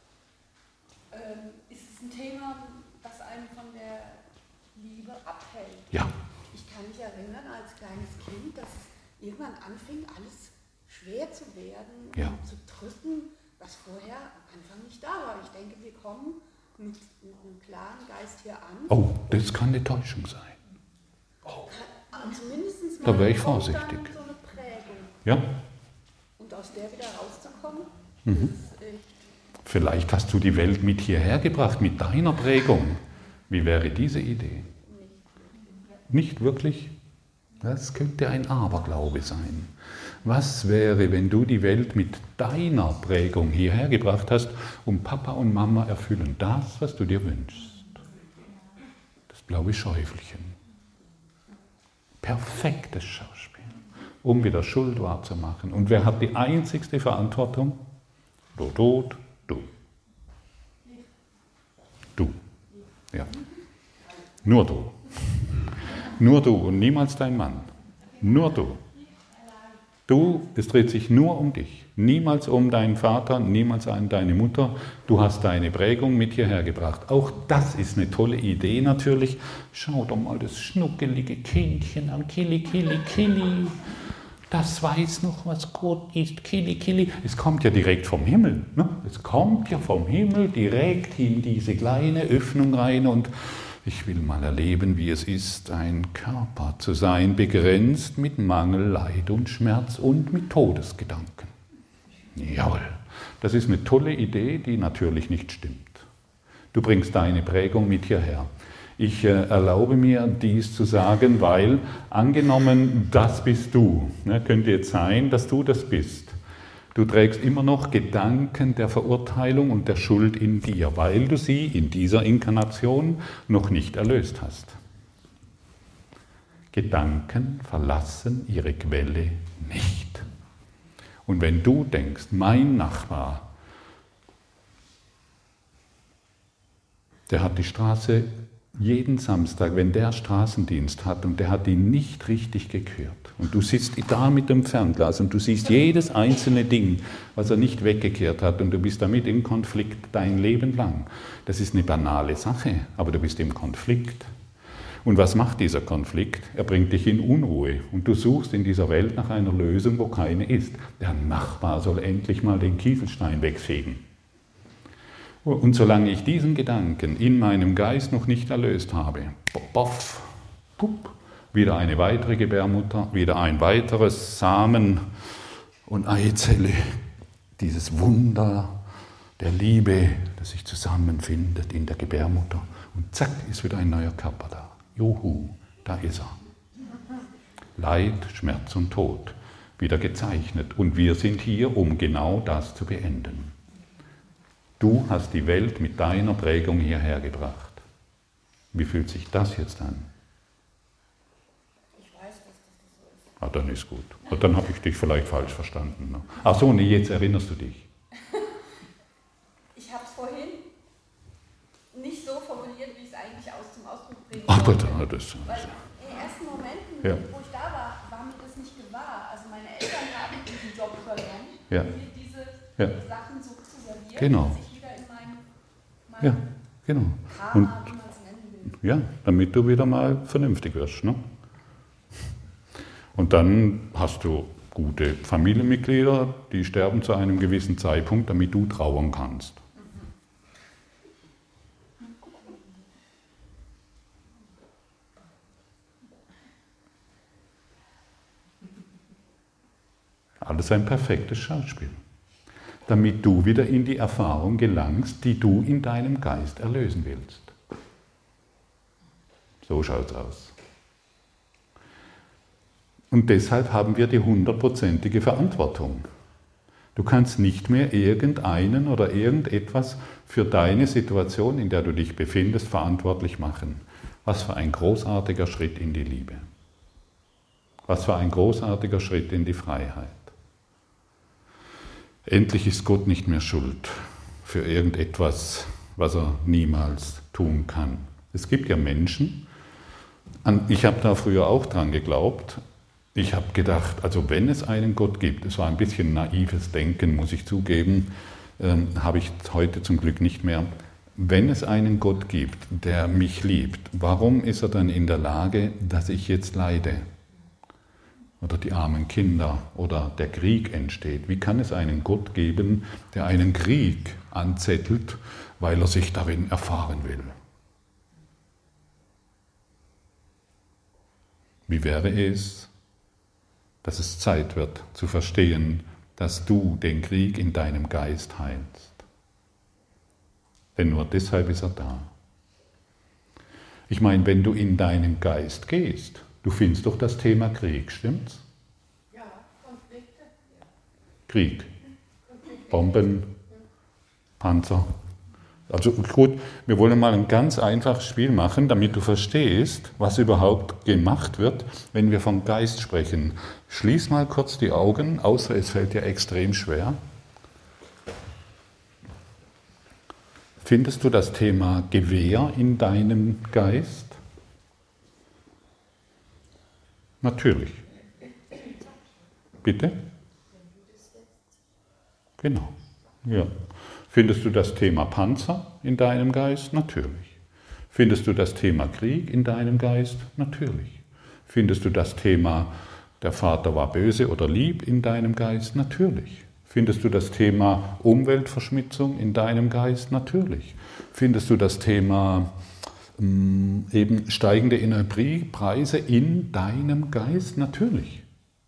Ist es ein Thema, das einen von der Liebe abhält? Ja. Ich kann mich erinnern, als kleines Kind, dass es irgendwann anfing, alles schwer zu werden und zu drücken, was vorher am Anfang nicht da war. Ich denke, wir kommen mit einem klaren Geist hier an. Oh, das kann eine Täuschung sein. Oh. Zumindest mal Da wäre ich vorsichtig. So eine Prägung. Ja? Und aus der wieder rauszukommen, Mhm. ist echt. Vielleicht hast du die Welt mit hierher gebracht, mit deiner Prägung. Wie wäre diese Idee? Nicht wirklich? Das könnte ein Aberglaube sein. Was wäre, wenn du die Welt mit deiner Prägung hierher gebracht hast und Papa und Mama erfüllen das, was du dir wünschst? Das blaue Schäufelchen. Perfektes Schauspiel, um wieder Schuld wahrzumachen. Und wer hat die einzigste Verantwortung? Du. Du. Ja. Nur du. Nur du und niemals dein Mann. Nur du. Du, es dreht sich nur um dich. Niemals um deinen Vater, niemals um deine Mutter. Du hast deine Prägung mit hierher gebracht. Auch das ist eine tolle Idee natürlich. Schau doch mal das schnuckelige Kindchen an. Killi, Killi, Killi. Das weiß noch, was Gott ist. Killi, Killi. Es kommt ja direkt vom Himmel. Ne? Es kommt ja vom Himmel direkt in diese kleine Öffnung rein und ich will mal erleben, wie es ist, ein Körper zu sein, begrenzt mit Mangel, Leid und Schmerz und mit Todesgedanken. Jawohl, das ist eine tolle Idee, die natürlich nicht stimmt. Du bringst deine Prägung mit hierher. Ich erlaube mir, dies zu sagen, weil angenommen, das bist du, ne, könnte jetzt sein, dass du das bist. Du trägst immer noch Gedanken der Verurteilung und der Schuld in dir, weil du sie in dieser Inkarnation noch nicht erlöst hast. Gedanken verlassen ihre Quelle nicht. Und wenn du denkst, mein Nachbar, der hat die Straße jeden Samstag, wenn der Straßendienst hat und der hat ihn nicht richtig gekehrt und du sitzt da mit dem Fernglas und du siehst jedes einzelne Ding, was er nicht weggekehrt hat und du bist damit im Konflikt dein Leben lang. Das ist eine banale Sache, aber du bist im Konflikt. Und was macht dieser Konflikt? Er bringt dich in Unruhe und du suchst in dieser Welt nach einer Lösung, wo keine ist. Der Nachbar soll endlich mal den Kieselstein wegfegen. Und solange ich diesen Gedanken in meinem Geist noch nicht erlöst habe, boff, pup, wieder eine weitere Gebärmutter, wieder ein weiteres Samen- und Eizelle, dieses Wunder der Liebe, das sich zusammenfindet in der Gebärmutter. Und zack, ist wieder ein neuer Körper da. Juhu, da ist er. Leid, Schmerz und Tod, wieder gezeichnet. Und wir sind hier, um genau das zu beenden. Du hast die Welt mit deiner Prägung hierher gebracht. Wie fühlt sich das jetzt an? Ich weiß, dass das so ist. Ah, dann ist gut. Und dann habe ich dich vielleicht falsch verstanden. Ne? Ach so, nee, jetzt erinnerst du dich. Ich habe es vorhin nicht so formuliert, wie ich es eigentlich zum Ausdruck bringen Aber wollte. das. Weil in den ersten Momenten, Ja. wo ich da war mir das nicht gewahr. Also meine Eltern haben diesen Job übernommen, Ja. mir diese Ja. Sachen so zu servieren, Genau. dass ich wieder in meinem Ja, genau. Karma, Und wie man es nennen will. ja, damit du wieder mal vernünftig wirst. Ne? Und dann hast du gute Familienmitglieder, die sterben zu einem gewissen Zeitpunkt, damit du trauern kannst. Alles ein perfektes Schauspiel. Damit du wieder in die Erfahrung gelangst, die du in deinem Geist erlösen willst. So schaut es aus. Und deshalb haben wir die 100%ige Verantwortung. Du kannst nicht mehr irgendeinen oder irgendetwas für deine Situation, in der du dich befindest, verantwortlich machen. Was für ein großartiger Schritt in die Liebe. Was für ein großartiger Schritt in die Freiheit. Endlich ist Gott nicht mehr schuld für irgendetwas, was er niemals tun kann. Es gibt ja Menschen, ich habe da früher auch dran geglaubt, ich habe gedacht, also wenn es einen Gott gibt, es war ein bisschen naives Denken, muss ich zugeben, habe ich heute zum Glück nicht mehr. Wenn es einen Gott gibt, der mich liebt, warum ist er dann in der Lage, dass ich jetzt leide? Oder die armen Kinder oder der Krieg entsteht. Wie kann es einen Gott geben, der einen Krieg anzettelt, weil er sich darin erfahren will? Wie wäre es, dass es Zeit wird zu verstehen, dass du den Krieg in deinem Geist heilst? Denn nur deshalb ist er da. Ich meine, wenn du in deinen Geist gehst, du findest doch das Thema Krieg, stimmt's? Ja, Konflikte. Krieg, Bomben, Panzer. Also gut, wir wollen mal ein ganz einfaches Spiel machen, damit du verstehst, was überhaupt gemacht wird, wenn wir vom Geist sprechen. Schließ mal kurz die Augen, außer es fällt dir extrem schwer. Findest du das Thema Gewehr in deinem Geist? Natürlich. Bitte? Genau. Ja. Findest du das Thema Panzer in deinem Geist? Natürlich. Findest du das Thema Krieg in deinem Geist? Natürlich. Findest du das Thema der Vater war böse oder lieb in deinem Geist? Natürlich. Findest du das Thema Umweltverschmutzung in deinem Geist? Natürlich. Findest du das Thema eben steigende Energiepreise in deinem Geist? Natürlich.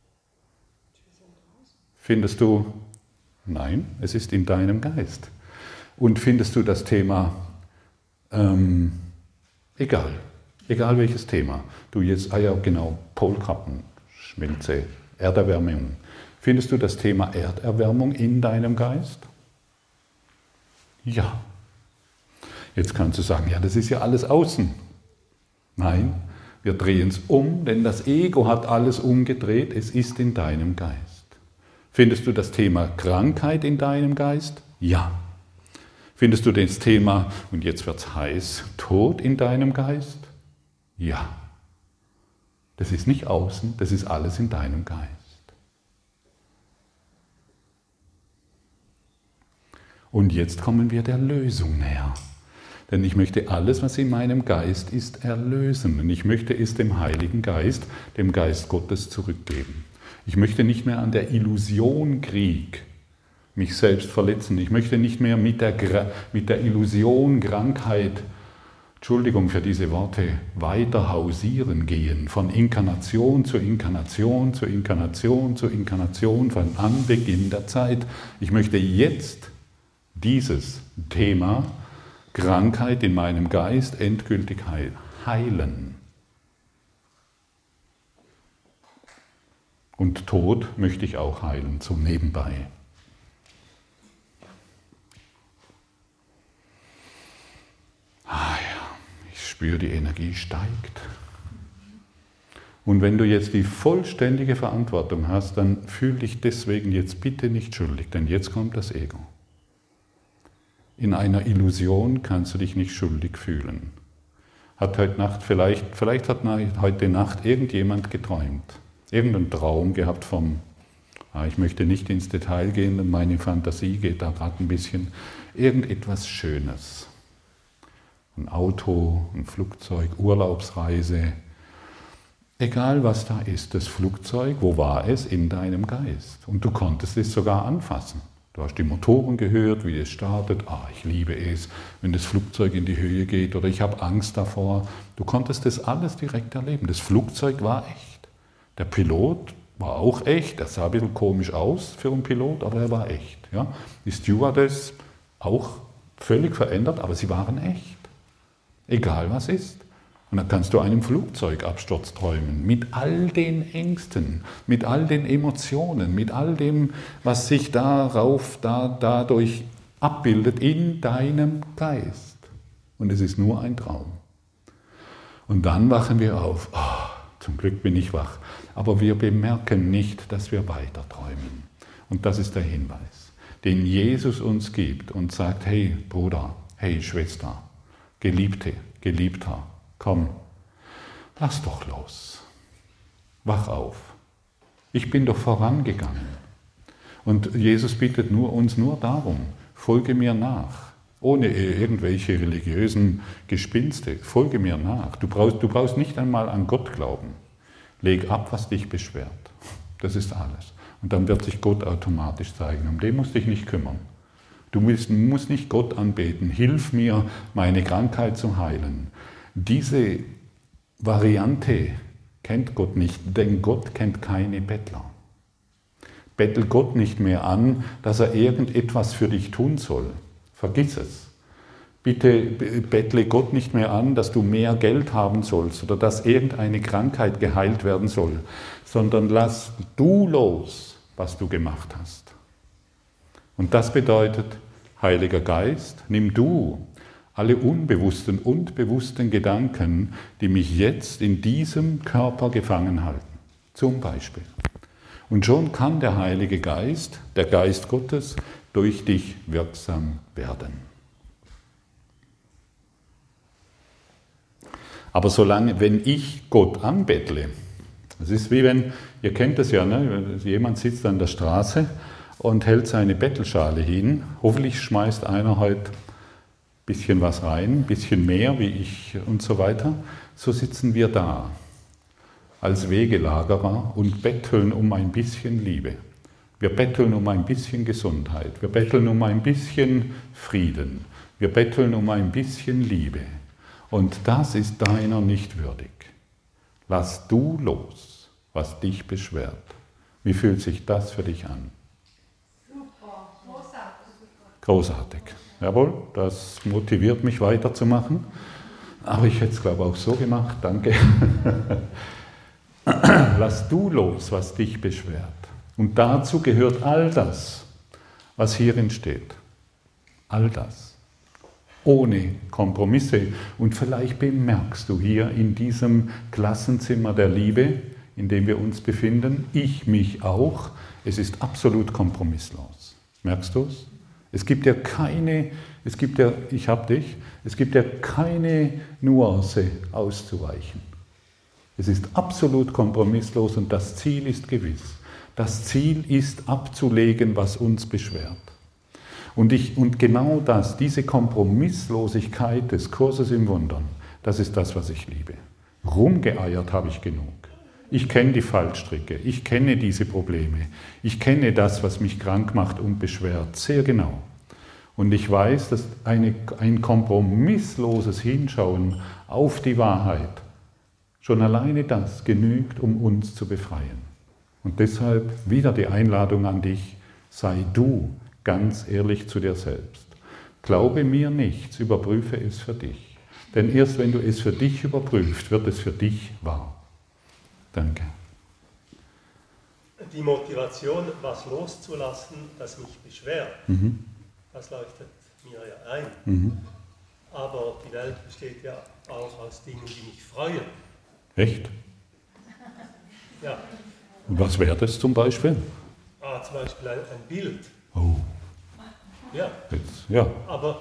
Findest du, nein, es ist in deinem Geist. Und findest du das Thema, egal welches Thema, du jetzt, ja genau, Polkappen, Schmelze, Erderwärmung, findest du das Thema Erderwärmung in deinem Geist? Ja. Jetzt kannst du sagen, ja, das ist ja alles außen. Nein, wir drehen es um, denn das Ego hat alles umgedreht, es ist in deinem Geist. Findest du das Thema Krankheit in deinem Geist? Ja. Findest du das Thema, und jetzt wird es heiß, Tod in deinem Geist? Ja. Das ist nicht außen, das ist alles in deinem Geist. Und jetzt kommen wir der Lösung näher. Denn ich möchte alles, was in meinem Geist ist, erlösen. Und ich möchte es dem Heiligen Geist, dem Geist Gottes zurückgeben. Ich möchte nicht mehr an der Illusion Krieg mich selbst verletzen. Ich möchte nicht mehr mit der Illusion Krankheit, Entschuldigung für diese Worte, weiter hausieren gehen, von Inkarnation zu Inkarnation, zu Inkarnation, zu Inkarnation, von Anbeginn der Zeit. Ich möchte jetzt dieses Thema Krankheit in meinem Geist endgültig heilen. Und Tod möchte ich auch heilen, so nebenbei. Ah ja, ich spüre, die Energie steigt. Und wenn du jetzt die vollständige Verantwortung hast, dann fühl dich deswegen jetzt bitte nicht schuldig, denn jetzt kommt das Ego. In einer Illusion kannst du dich nicht schuldig fühlen. Hat heute Nacht, vielleicht hat heute Nacht irgendjemand geträumt, irgendeinen Traum gehabt vom, ich möchte nicht ins Detail gehen, denn meine Fantasie geht da gerade ein bisschen, irgendetwas Schönes. Ein Auto, ein Flugzeug, Urlaubsreise, egal was da ist, das Flugzeug, wo war es? In deinem Geist. Und du konntest es sogar anfassen. Du hast die Motoren gehört, wie es startet. Ich liebe es, wenn das Flugzeug in die Höhe geht oder ich habe Angst davor. Du konntest das alles direkt erleben. Das Flugzeug war echt. Der Pilot war auch echt. Er sah ein bisschen komisch aus für einen Pilot, aber er war echt. Ja? Die Stewardess auch völlig verändert, aber sie waren echt. Egal was ist. Und dann kannst du einen Flugzeugabsturz träumen, mit all den Ängsten, mit all den Emotionen, mit all dem, was sich dadurch abbildet in deinem Geist. Und es ist nur ein Traum. Und dann wachen wir auf. Zum Glück bin ich wach. Aber wir bemerken nicht, dass wir weiter träumen. Und das ist der Hinweis, den Jesus uns gibt und sagt, hey Bruder, hey Schwester, Geliebte, Geliebter, komm, lass doch los. Wach auf. Ich bin doch vorangegangen. Und Jesus bittet uns nur darum, folge mir nach. Ohne irgendwelche religiösen Gespinste, folge mir nach. Du brauchst nicht einmal an Gott glauben. Leg ab, was dich beschwert. Das ist alles. Und dann wird sich Gott automatisch zeigen. Um den musst du dich nicht kümmern. Du musst nicht Gott anbeten. Hilf mir, meine Krankheit zu heilen. Diese Variante kennt Gott nicht, denn Gott kennt keine Bettler. Bettel Gott nicht mehr an, dass er irgendetwas für dich tun soll. Vergiss es. Bitte bettle Gott nicht mehr an, dass du mehr Geld haben sollst oder dass irgendeine Krankheit geheilt werden soll, sondern lass du los, was du gemacht hast. Und das bedeutet, Heiliger Geist, nimm du alle unbewussten und bewussten Gedanken, die mich jetzt in diesem Körper gefangen halten, zum Beispiel. Und schon kann der Heilige Geist, der Geist Gottes, durch dich wirksam werden. Aber solange, wenn ich Gott anbettle, das ist wie wenn, ihr kennt das ja, ne? Jemand sitzt an der Straße und hält seine Bettelschale hin. Hoffentlich schmeißt einer heute ein bisschen was rein, ein bisschen mehr wie ich und so weiter. So sitzen wir da als Wegelagerer und betteln um ein bisschen Liebe. Wir betteln um ein bisschen Gesundheit. Wir betteln um ein bisschen Frieden. Wir betteln um ein bisschen Liebe. Und das ist deiner nicht würdig. Lass du los, was dich beschwert. Wie fühlt sich das für dich an? Großartig. Jawohl, das motiviert mich weiterzumachen. Aber ich hätte es, glaube ich, auch so gemacht. Danke. Lass du los, was dich beschwert. Und dazu gehört all das, was hierin steht. All das. Ohne Kompromisse. Und vielleicht bemerkst du hier in diesem Klassenzimmer der Liebe, in dem wir uns befinden, ich mich auch, es ist absolut kompromisslos. Merkst du es? Es gibt ja keine Nuance auszuweichen. Es ist absolut kompromisslos und das Ziel ist gewiss. Das Ziel ist abzulegen, was uns beschwert. Und genau das, diese Kompromisslosigkeit des Kurses im Wundern, das ist das, was ich liebe. Rumgeeiert habe ich genug. Ich kenne die Fallstricke, ich kenne diese Probleme, ich kenne das, was mich krank macht und beschwert, sehr genau. Und ich weiß, dass ein kompromissloses Hinschauen auf die Wahrheit, schon alleine das genügt, um uns zu befreien. Und deshalb wieder die Einladung an dich, sei du ganz ehrlich zu dir selbst. Glaube mir nichts, überprüfe es für dich. Denn erst wenn du es für dich überprüfst, wird es für dich wahr. Danke. Die Motivation, was loszulassen, das mich beschwert, das leuchtet mir ja ein. Aber die Welt besteht ja auch aus Dingen, die mich freuen. Echt? Ja. Und was wäre das zum Beispiel? Zum Beispiel ein Bild. Oh. Ja. Jetzt, ja. Aber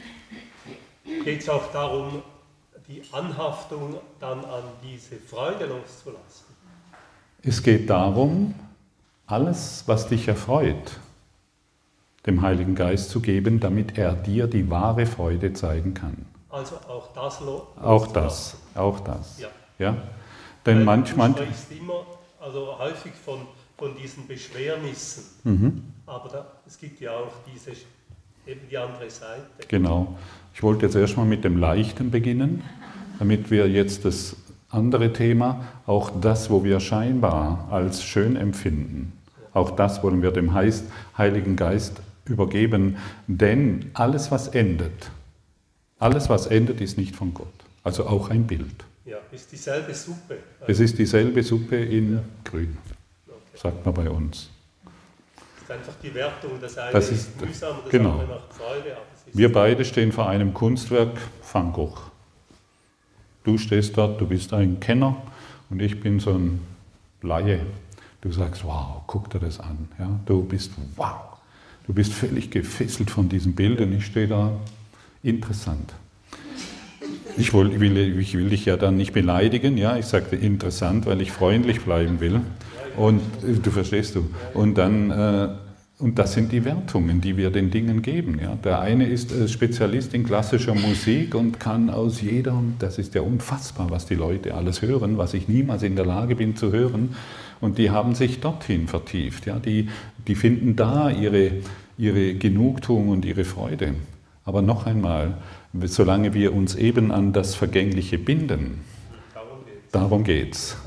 geht es auch darum, die Anhaftung dann an diese Freude loszulassen? Es geht darum, alles, was dich erfreut, dem Heiligen Geist zu geben, damit er dir die wahre Freude zeigen kann. Also auch das loszulassen? Auch das. Ja. Ja? Denn manchmal... Du sprichst immer, also häufig von diesen Beschwernissen, aber es gibt ja auch eben die andere Seite. Genau. Ich wollte jetzt erstmal mit dem Leichten beginnen, damit wir jetzt das andere Thema, auch das, wo wir scheinbar als schön empfinden, auch das wollen wir dem Heiligen Geist übergeben, denn alles, was endet, ist nicht von Gott. Also auch ein Bild. Ja, ist dieselbe Suppe. Es ist dieselbe Suppe in Grün, sagt man bei uns. Es ist einfach die Wertung, das eine Das ist mühsam, das genau. andere macht Freude. Aber es ist Wir beide stehen vor einem Kunstwerk, Van Gogh. Du stehst dort, du bist ein Kenner und ich bin so ein Laie. Du sagst, wow, guck dir das an. Ja, du bist völlig gefesselt von diesem Bild und ich stehe da, interessant. Ich will dich ja dann nicht beleidigen, ja, ich sagte interessant, weil ich freundlich bleiben will. Und du verstehst du. Und dann, und das sind die Wertungen, die wir den Dingen geben. Ja. Der eine ist Spezialist in klassischer Musik und kann aus das ist ja unfassbar, was die Leute alles hören, was ich niemals in der Lage bin zu hören. Und die haben sich dorthin vertieft. Ja. Die finden da ihre Genugtuung und ihre Freude. Aber noch einmal, solange wir uns eben an das Vergängliche binden, darum geht's.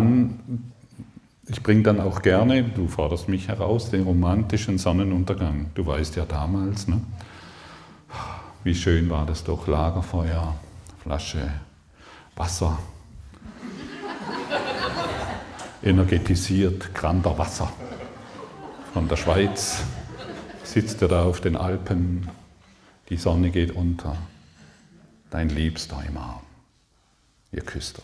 Ich bringe dann auch gerne, du forderst mich heraus, den romantischen Sonnenuntergang. Du weißt ja damals, ne? Wie schön war das doch, Lagerfeuer, Flasche, Wasser, energetisiert, Grander Wasser. Von der Schweiz sitzt er da auf den Alpen, die Sonne geht unter, dein Liebster im Arm, ihr küsst euch.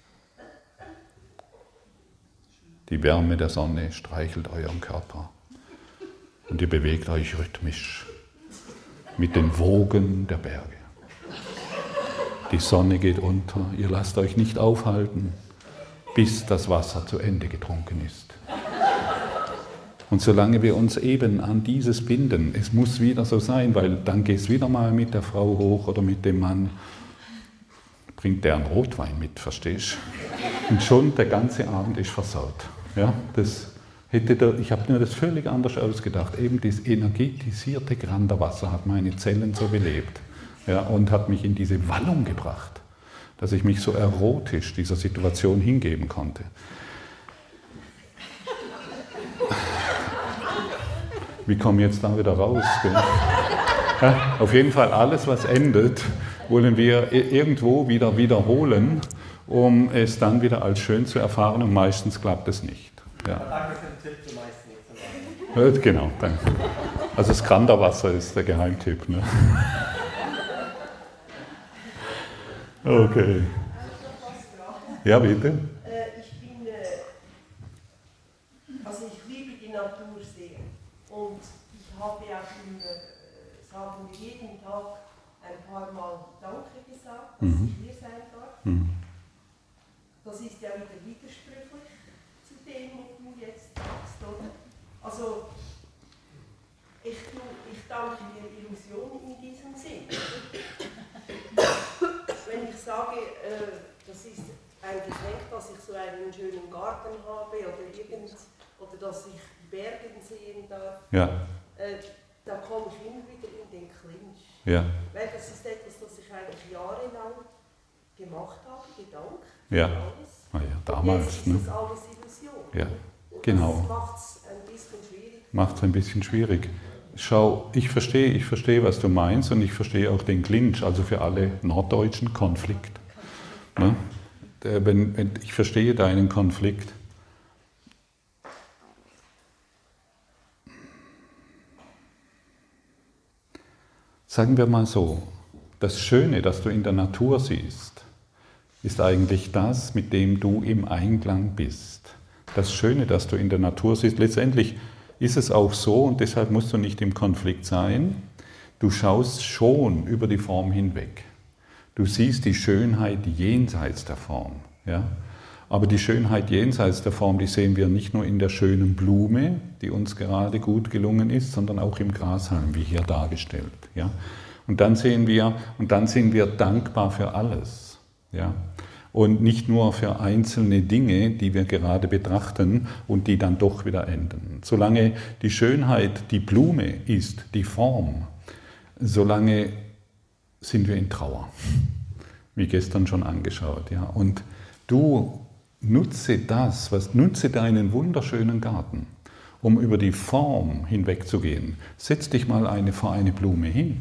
Die Wärme der Sonne streichelt euren Körper und ihr bewegt euch rhythmisch mit den Wogen der Berge. Die Sonne geht unter, ihr lasst euch nicht aufhalten, bis das Wasser zu Ende getrunken ist. Und solange wir uns eben an dieses binden, es muss wieder so sein, weil dann gehst du wieder mal mit der Frau hoch oder mit dem Mann, bringt der einen Rotwein mit, verstehst du? Und schon der ganze Abend ist versaut. Ja, ich habe mir das völlig anders ausgedacht. Eben das energetisierte Granderwasser hat meine Zellen so belebt, ja, und hat mich in diese Wallung gebracht, dass ich mich so erotisch dieser Situation hingeben konnte. Wie komme ich jetzt da wieder raus? Ja, auf jeden Fall alles, was endet, wollen wir irgendwo wieder wiederholen, um es dann wieder als schön zu erfahren, und meistens klappt es nicht. Ja. Danke für den Tipp, du meist nicht. Genau, danke. Also das Granderwasser ist der Geheimtipp. Ne? Okay. Ja, bitte. Ich liebe die Natur sehr und ich habe auch im Sagen wir jeden Tag ein paar Mal Danke gesagt, dass ich hier sein darf. Das ist ja wieder widersprüchlich zu dem, was du jetzt sagst, oder? Also ich verdanke mir Illusion in diesem Sinn. Wenn ich sage, das ist ein Geschenk, dass ich so einen schönen Garten habe oder dass ich Berge sehen darf, da komme ich immer wieder in den Clinch. Ja. Weil das ist etwas, das ich eigentlich jahrelang gemacht habe, gedankt. Ja. Alles. Ah ja, damals. Jetzt ist das alles Illusion. Ja, und genau. Das macht es ein bisschen schwierig. Macht es ein bisschen schwierig. Schau, ich verstehe, was du meinst und ich verstehe auch den Clinch, also für alle Norddeutschen Konflikt. Ne? Ich verstehe deinen Konflikt. Sagen wir mal so, das Schöne, das du in der Natur siehst, ist eigentlich das, mit dem du im Einklang bist. Das Schöne, das du in der Natur siehst, letztendlich ist es auch so, und deshalb musst du nicht im Konflikt sein, du schaust schon über die Form hinweg. Du siehst die Schönheit jenseits der Form. Ja? Aber die Schönheit jenseits der Form, die sehen wir nicht nur in der schönen Blume, die uns gerade gut gelungen ist, sondern auch im Grashalm, wie hier dargestellt. Ja? Und dann sind wir dankbar für alles. Ja? Und nicht nur für einzelne Dinge, die wir gerade betrachten und die dann doch wieder enden. Solange die Schönheit die Blume ist, die Form, solange sind wir in Trauer, wie gestern schon angeschaut. Ja? Und du nutze deinen wunderschönen Garten, um über die Form hinwegzugehen. Setz dich mal vor eine Blume hin.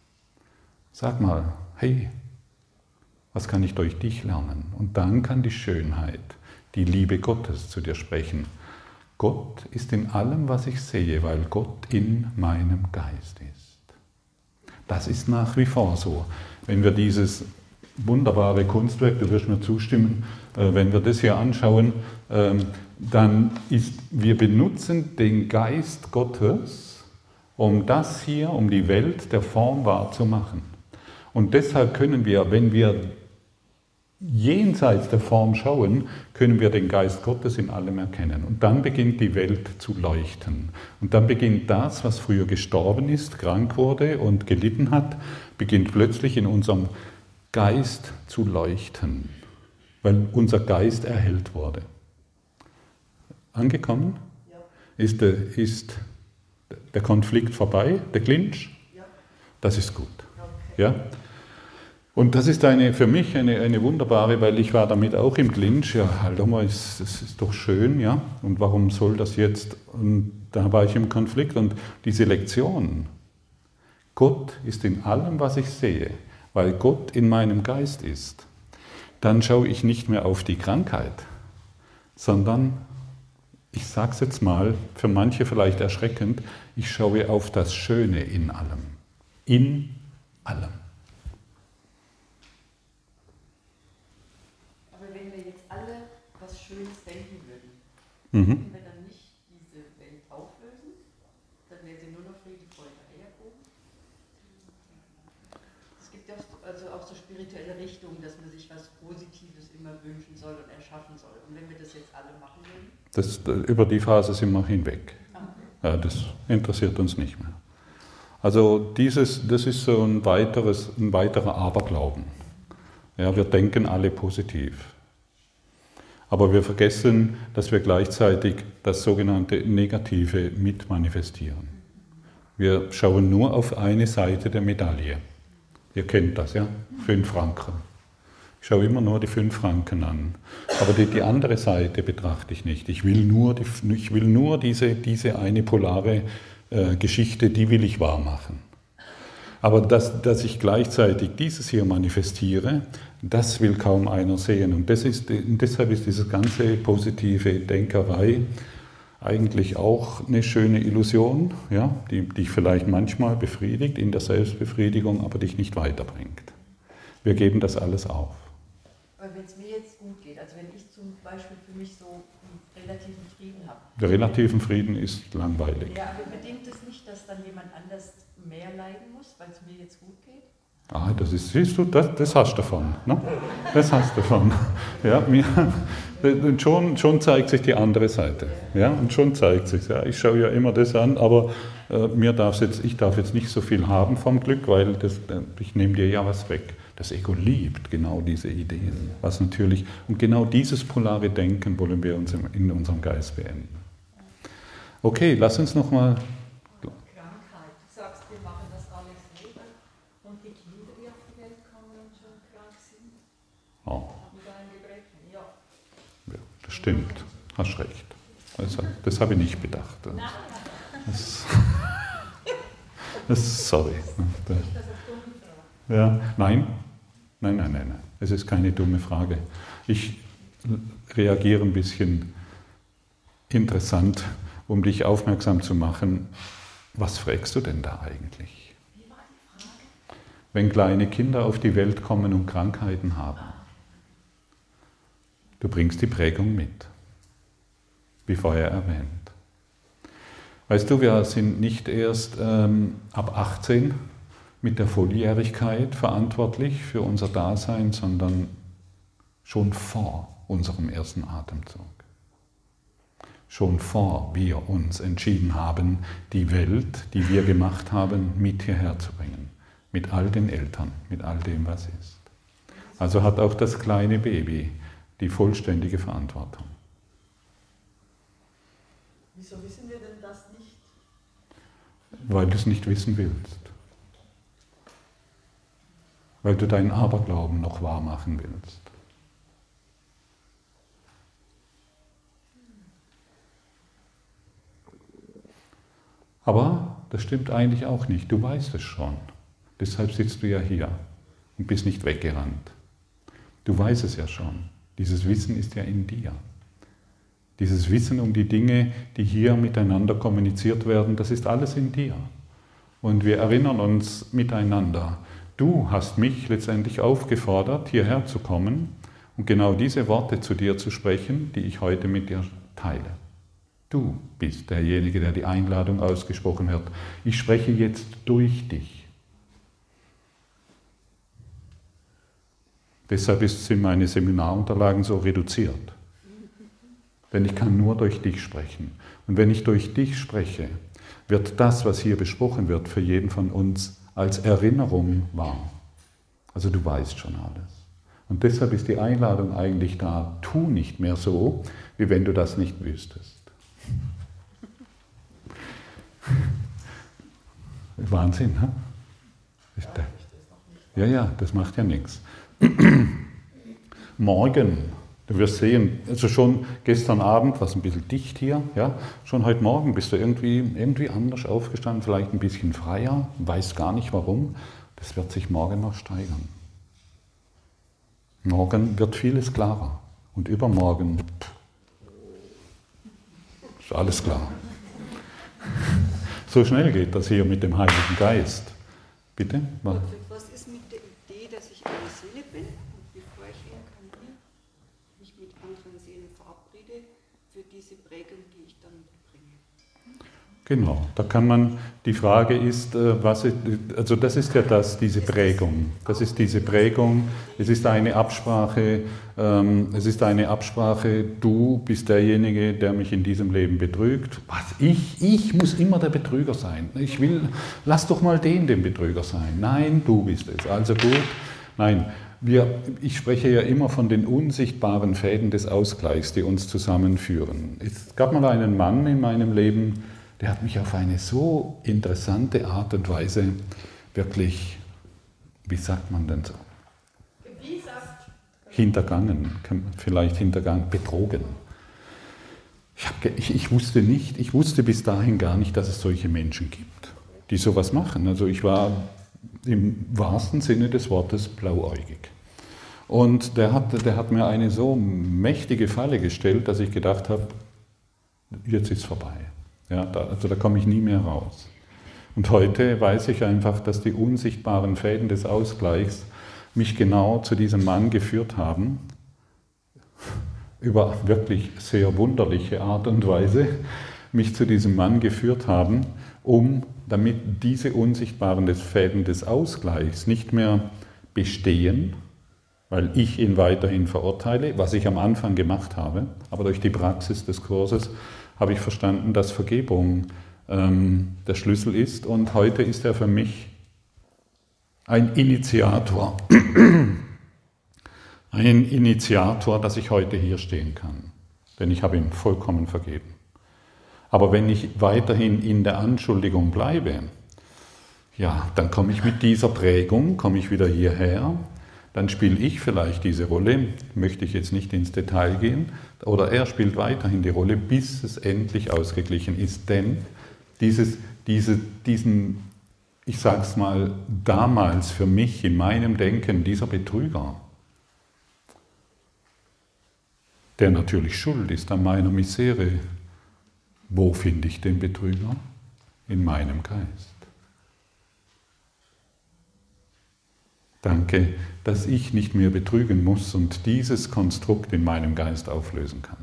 Sag mal, hey, was kann ich durch dich lernen? Und dann kann die Schönheit, die Liebe Gottes zu dir sprechen. Gott ist in allem, was ich sehe, weil Gott in meinem Geist ist. Das ist nach wie vor so. Wenn wir dieses wunderbare Kunstwerk, du wirst mir zustimmen, wenn wir das hier anschauen, dann wir benutzen den Geist Gottes, um die Welt der Form wahrzumachen. Und deshalb können wir, wenn wir jenseits der Form schauen, können wir den Geist Gottes in allem erkennen. Und dann beginnt die Welt zu leuchten. Und dann beginnt das, was früher gestorben ist, krank wurde und gelitten hat, beginnt plötzlich in unserem Geist zu leuchten, weil unser Geist erhellt wurde. Angekommen? Ja. Ist der Konflikt vorbei, der Clinch? Ja. Das ist gut. Okay. Ja? Und das ist für mich eine wunderbare, weil ich war damit auch im Clinch, ja, halt mal, das ist doch schön, ja, und warum soll das jetzt, und da war ich im Konflikt und diese Lektion, Gott ist in allem, was ich sehe, weil Gott in meinem Geist ist, dann schaue ich nicht mehr auf die Krankheit, sondern, ich sage es jetzt mal, für manche vielleicht erschreckend, ich schaue auf das Schöne in allem. In allem. Aber wenn wir jetzt alle was Schönes denken würden, Mhm. würden wir dann nicht diese Welt auflösen? Dann wäre sie nur noch Friede, Freude, Eierkuchen. Es gibt ja auch so spirituelle Richtungen, dass man sich was Positives immer wünschen soll und erschaffen soll. Und wenn wir das jetzt alle machen würden? Über die Phase sind wir hinweg. Ja, das interessiert uns nicht mehr. Also das ist so ein weiterer Aberglauben. Ja, wir denken alle positiv. Aber wir vergessen, dass wir gleichzeitig das sogenannte Negative mitmanifestieren. Wir schauen nur auf eine Seite der Medaille. Ihr kennt das, ja? 5 Franken. Ich schaue immer nur die 5 Franken an. Aber die andere Seite betrachte ich nicht. Ich will nur diese eine polare Geschichte, die will ich wahr machen. Aber dass ich gleichzeitig dieses hier manifestiere, das will kaum einer sehen. Und deshalb ist diese ganze positive Denkerei eigentlich auch eine schöne Illusion, ja, die dich vielleicht manchmal befriedigt in der Selbstbefriedigung, aber dich nicht weiterbringt. Wir geben das alles auf. Aber wenn es mir jetzt gut geht, also wenn ich zum Beispiel für mich so einen relativen Frieden habe. Der relativen Frieden ist langweilig. Ja, aber bedingt es nicht, dass dann jemand anders mehr leiden muss, weil es mir jetzt gut geht? Siehst du, das hast du davon. Ne? Das hast du davon. Ja, und schon zeigt sich die andere Seite. Ja, und schon zeigt sich. Ja, ich schaue ja immer das an, aber ich darf jetzt nicht so viel haben vom Glück, weil ich nehme dir ja was weg. Das Ego liebt genau diese Ideen. Und genau dieses polare Denken wollen wir uns in unserem Geist beenden. Okay, lass uns nochmal... Krankheit. Du sagst, wir machen das alles selber und die Kinder, die auf die Welt kommen und schon krank sind, haben da ein Gebrechen. Ja, das stimmt. Hast recht. Das habe ich nicht bedacht. Sorry. Ja, nein. Es ist keine dumme Frage. Ich reagiere ein bisschen interessant, um dich aufmerksam zu machen. Was fragst du denn da eigentlich? Wie war die Frage? Wenn kleine Kinder auf die Welt kommen und Krankheiten haben, du bringst die Prägung mit, wie vorher erwähnt. Weißt du, wir sind nicht erst ab 18 mit der Volljährigkeit verantwortlich für unser Dasein, sondern schon vor unserem ersten Atemzug. Schon vor wir uns entschieden haben, die Welt, die wir gemacht haben, mit hierher zu bringen. Mit all den Eltern, mit all dem, was ist. Also hat auch das kleine Baby die vollständige Verantwortung. Wieso wissen wir denn das nicht? Weil du es nicht wissen willst. Weil du deinen Aberglauben noch wahr machen willst. Aber das stimmt eigentlich auch nicht. Du weißt es schon. Deshalb sitzt du ja hier und bist nicht weggerannt. Du weißt es ja schon. Dieses Wissen ist ja in dir. Dieses Wissen um die Dinge, die hier miteinander kommuniziert werden, das ist alles in dir. Und wir erinnern uns miteinander. Du hast mich letztendlich aufgefordert, hierher zu kommen und genau diese Worte zu dir zu sprechen, die ich heute mit dir teile. Du bist derjenige, der die Einladung ausgesprochen hat. Ich spreche jetzt durch dich. Deshalb sind meine Seminarunterlagen so reduziert. Denn ich kann nur durch dich sprechen. Und wenn ich durch dich spreche, wird das, was hier besprochen wird, für jeden von uns als Erinnerung wahr. Also du weißt schon alles. Und deshalb ist die Einladung eigentlich da, tu nicht mehr so, wie wenn du das nicht wüsstest. Wahnsinn, ne? Ja, das macht ja nichts. Morgen, du wirst sehen, also schon gestern Abend war es ein bisschen dicht hier, ja? Schon heute Morgen bist du irgendwie anders aufgestanden, vielleicht ein bisschen freier, weiß gar nicht warum. Das wird sich morgen noch steigern. Morgen wird vieles klarer und übermorgen ist alles klar. So schnell geht das hier mit dem Heiligen Geist. Bitte? Was ist mit der Idee, dass ich eine Seele bin und bevor ich inkarniere, mich mit anderen Seelen verabrede für diese Prägung, die ich dann bringe? Genau, da kann man, die Frage ist, das ist ja diese Prägung. Das ist diese Prägung, es ist eine Absprache, du bist derjenige, der mich in diesem Leben betrügt. Was, ich muss immer der Betrüger sein. Lass doch mal den Betrüger sein. Nein, du bist es. Also gut, nein. Ich spreche ja immer von den unsichtbaren Fäden des Ausgleichs, die uns zusammenführen. Es gab mal einen Mann in meinem Leben, der hat mich auf eine so interessante Art und Weise wirklich, wie sagt man denn so? Hintergangen, betrogen. Ich wusste bis dahin gar nicht, dass es solche Menschen gibt, die sowas machen. Also ich war im wahrsten Sinne des Wortes blauäugig. Und der hat mir eine so mächtige Falle gestellt, dass ich gedacht habe, jetzt ist es vorbei. Ja, da komme ich nie mehr raus. Und heute weiß ich einfach, dass die unsichtbaren Fäden des Ausgleichs mich genau zu diesem Mann geführt haben, über wirklich sehr wunderliche Art und Weise mich zu diesem Mann geführt haben damit diese unsichtbaren Fäden des Ausgleichs nicht mehr bestehen, weil ich ihn weiterhin verurteile, was ich am Anfang gemacht habe, aber durch die Praxis des Kurses habe ich verstanden, dass Vergebung der Schlüssel ist, und heute ist er für mich ein Initiator, dass ich heute hier stehen kann, denn ich habe ihn vollkommen vergeben. Aber wenn ich weiterhin in der Anschuldigung bleibe, ja, dann komme ich mit dieser Prägung, komme ich wieder hierher, dann spiele ich vielleicht diese Rolle, möchte ich jetzt nicht ins Detail gehen, oder er spielt weiterhin die Rolle, bis es endlich ausgeglichen ist. Denn diesen, ich sage es mal, damals für mich in meinem Denken, dieser Betrüger, der natürlich schuld ist an meiner Misere, wo finde ich den Betrüger? In meinem Geist. Danke, dass ich nicht mehr betrügen muss und dieses Konstrukt in meinem Geist auflösen kann.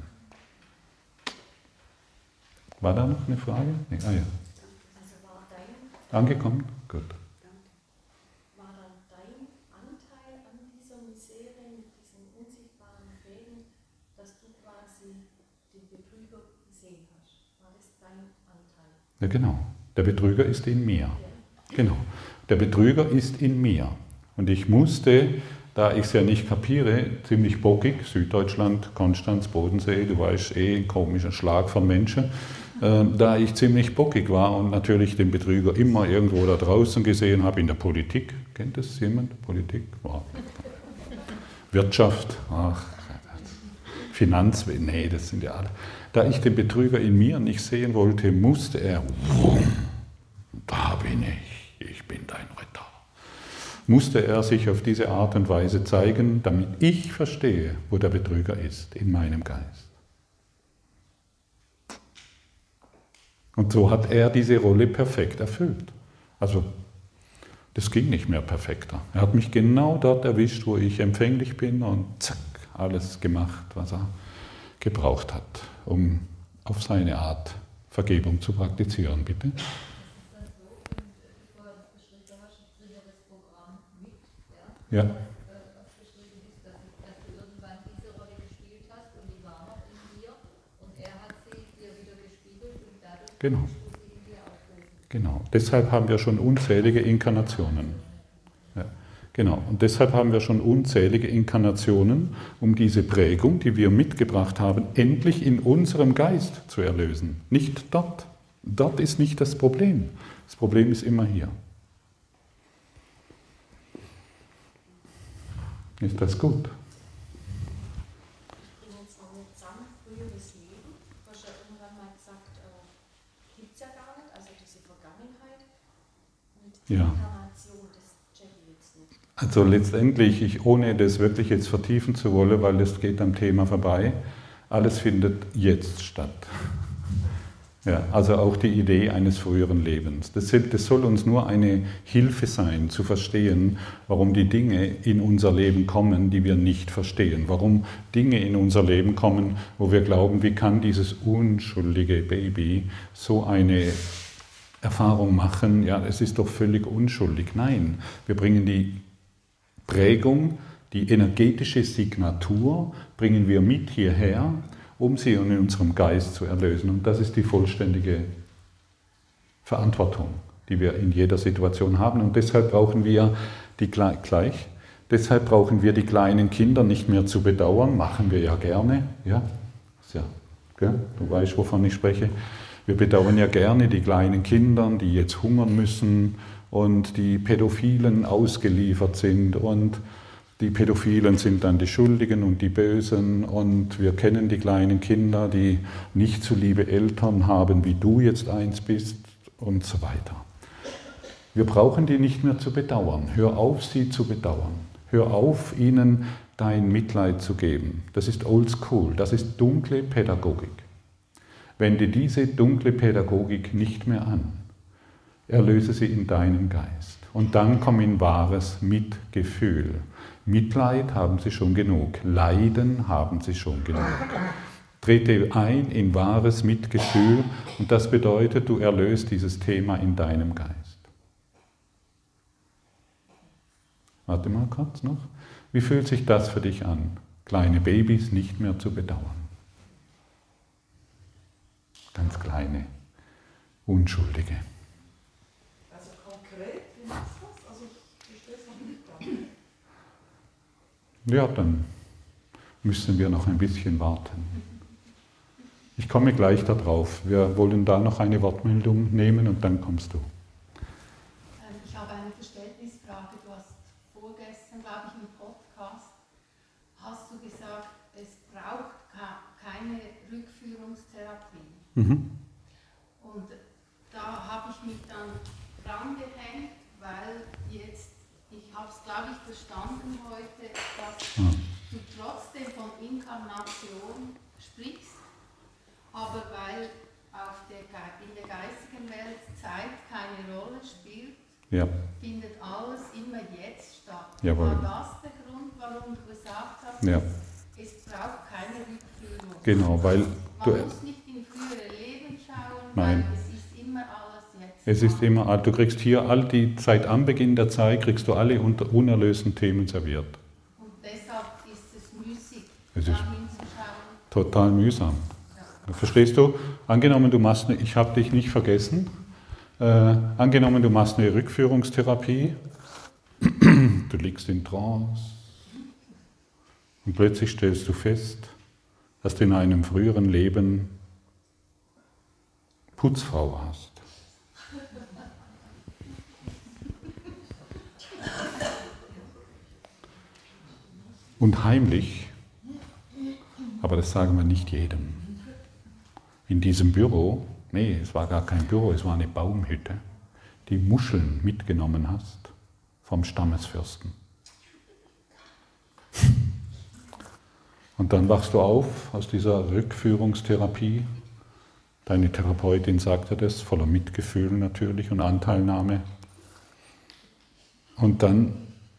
War da noch eine Frage? Nee. Ah ja. Angekommen? Gut. War dann dein Anteil an dieser Misere mit diesen unsichtbaren Fäden, dass du quasi den Betrüger gesehen hast? War das dein Anteil? Ja, genau. Der Betrüger ist in mir. Genau. Der Betrüger ist in mir. Und ich musste, da ich es ja nicht kapiere, ziemlich bockig, Süddeutschland, Konstanz, Bodensee, du weißt ein komischer Schlag von Menschen, da ich ziemlich bockig war und natürlich den Betrüger immer irgendwo da draußen gesehen habe, in der Politik, kennt das jemand? Politik? Wow. Wirtschaft, Finanzwesen, nee, das sind ja alle. Da ich den Betrüger in mir nicht sehen wollte, musste er, da bin ich bin dein Retter. Musste er sich auf diese Art und Weise zeigen, damit ich verstehe, wo der Betrüger ist, in meinem Geist. Und so hat er diese Rolle perfekt erfüllt. Also, das ging nicht mehr perfekter. Er hat mich genau dort erwischt, wo ich empfänglich bin und zack, alles gemacht, was er gebraucht hat, um auf seine Art Vergebung zu praktizieren. Bitte? Ja. Dass du irgendwann diese Rolle gespielt hast und die war noch in dir und er hat sie dir wieder gespiegelt und dadurch genau. musst du sie in dir auflösen. Genau, deshalb haben wir schon unzählige Inkarnationen. Ja. Genau, und deshalb haben wir schon unzählige Inkarnationen, um diese Prägung, die wir mitgebracht haben, endlich in unserem Geist zu erlösen. Nicht dort. Dort ist nicht das Problem. Das Problem ist immer hier. Ist das gut? Ich bin jetzt noch nicht zusammen, früheres Leben. Du hast ja irgendwann mal gesagt, gibt es ja gar nicht, also diese Vergangenheit mit Inkarnation, das check ich jetzt nicht. Also letztendlich, ohne das wirklich jetzt vertiefen zu wollen, weil das geht am Thema vorbei, alles findet jetzt statt. Ja, also auch die Idee eines früheren Lebens. Das soll uns nur eine Hilfe sein, zu verstehen, warum die Dinge in unser Leben kommen, die wir nicht verstehen. Warum Dinge in unser Leben kommen, wo wir glauben, wie kann dieses unschuldige Baby so eine Erfahrung machen? Ja, es ist doch völlig unschuldig. Nein, wir bringen die Prägung, die energetische Signatur, bringen wir mit hierher, um sie in unserem Geist zu erlösen. Und das ist die vollständige Verantwortung, die wir in jeder Situation haben. Und deshalb brauchen wir die kleinen Kinder nicht mehr zu bedauern. Machen wir ja gerne. Ja? Gell? Du weißt, wovon ich spreche. Wir bedauern ja gerne die kleinen Kinder, die jetzt hungern müssen und die Pädophilen ausgeliefert sind und die Pädophilen sind dann die Schuldigen und die Bösen und wir kennen die kleinen Kinder, die nicht so liebe Eltern haben, wie du jetzt eins bist und so weiter. Wir brauchen die nicht mehr zu bedauern. Hör auf, sie zu bedauern. Hör auf, ihnen dein Mitleid zu geben. Das ist oldschool, das ist dunkle Pädagogik. Wende diese dunkle Pädagogik nicht mehr an. Erlöse sie in deinem Geist. Und dann komm in wahres Mitgefühl. Mitleid haben sie schon genug, Leiden haben sie schon genug, Trete ein in wahres Mitgefühl und das bedeutet, du erlöst dieses Thema in deinem Geist. Warte mal kurz noch. Wie fühlt sich das für dich an, kleine Babys nicht mehr zu bedauern? Ganz kleine, unschuldige. Also konkret, wie machst du das? Also ich stehe es noch nicht da. Ja, dann müssen wir noch ein bisschen warten. Ich komme gleich darauf. Wir wollen da noch eine Wortmeldung nehmen und dann kommst du. Ich habe eine Verständnisfrage. Du hast vorgestern, glaube ich, im Podcast, hast du gesagt, es braucht keine Rückführungstherapie. Und da habe ich mich dann dran gehängt, weil jetzt, ich habe es, glaube ich, verstanden heute, dass du trotzdem von Inkarnation sprichst, aber weil in der geistigen Welt Zeit keine Rolle spielt, findet alles immer jetzt statt. Jawohl. War das der Grund, warum du gesagt hast, es braucht keine Rückführung? Genau, weil man muss nicht in frühere Leben schauen, Nein. weil es ist immer alles jetzt. Es ist immer, du kriegst hier all die Zeit am Beginn der Zeit, kriegst du alle unerlösten Themen serviert. Und deshalb ist es müßig, Es ist da hinzuschauen. total mühsam. Verstehst du? Angenommen, ich habe dich nicht vergessen. Angenommen, du machst eine Rückführungstherapie. Du liegst in Trance. Und plötzlich stellst du fest, dass du in einem früheren Leben Putzfrau warst. Und heimlich, aber das sagen wir nicht jedem, in diesem Büro, nee, es war gar kein Büro, es war eine Baumhütte, die Muscheln mitgenommen hast vom Stammesfürsten. Und dann wachst du auf aus dieser Rückführungstherapie. Deine Therapeutin sagte das, voller Mitgefühl natürlich und Anteilnahme. Und dann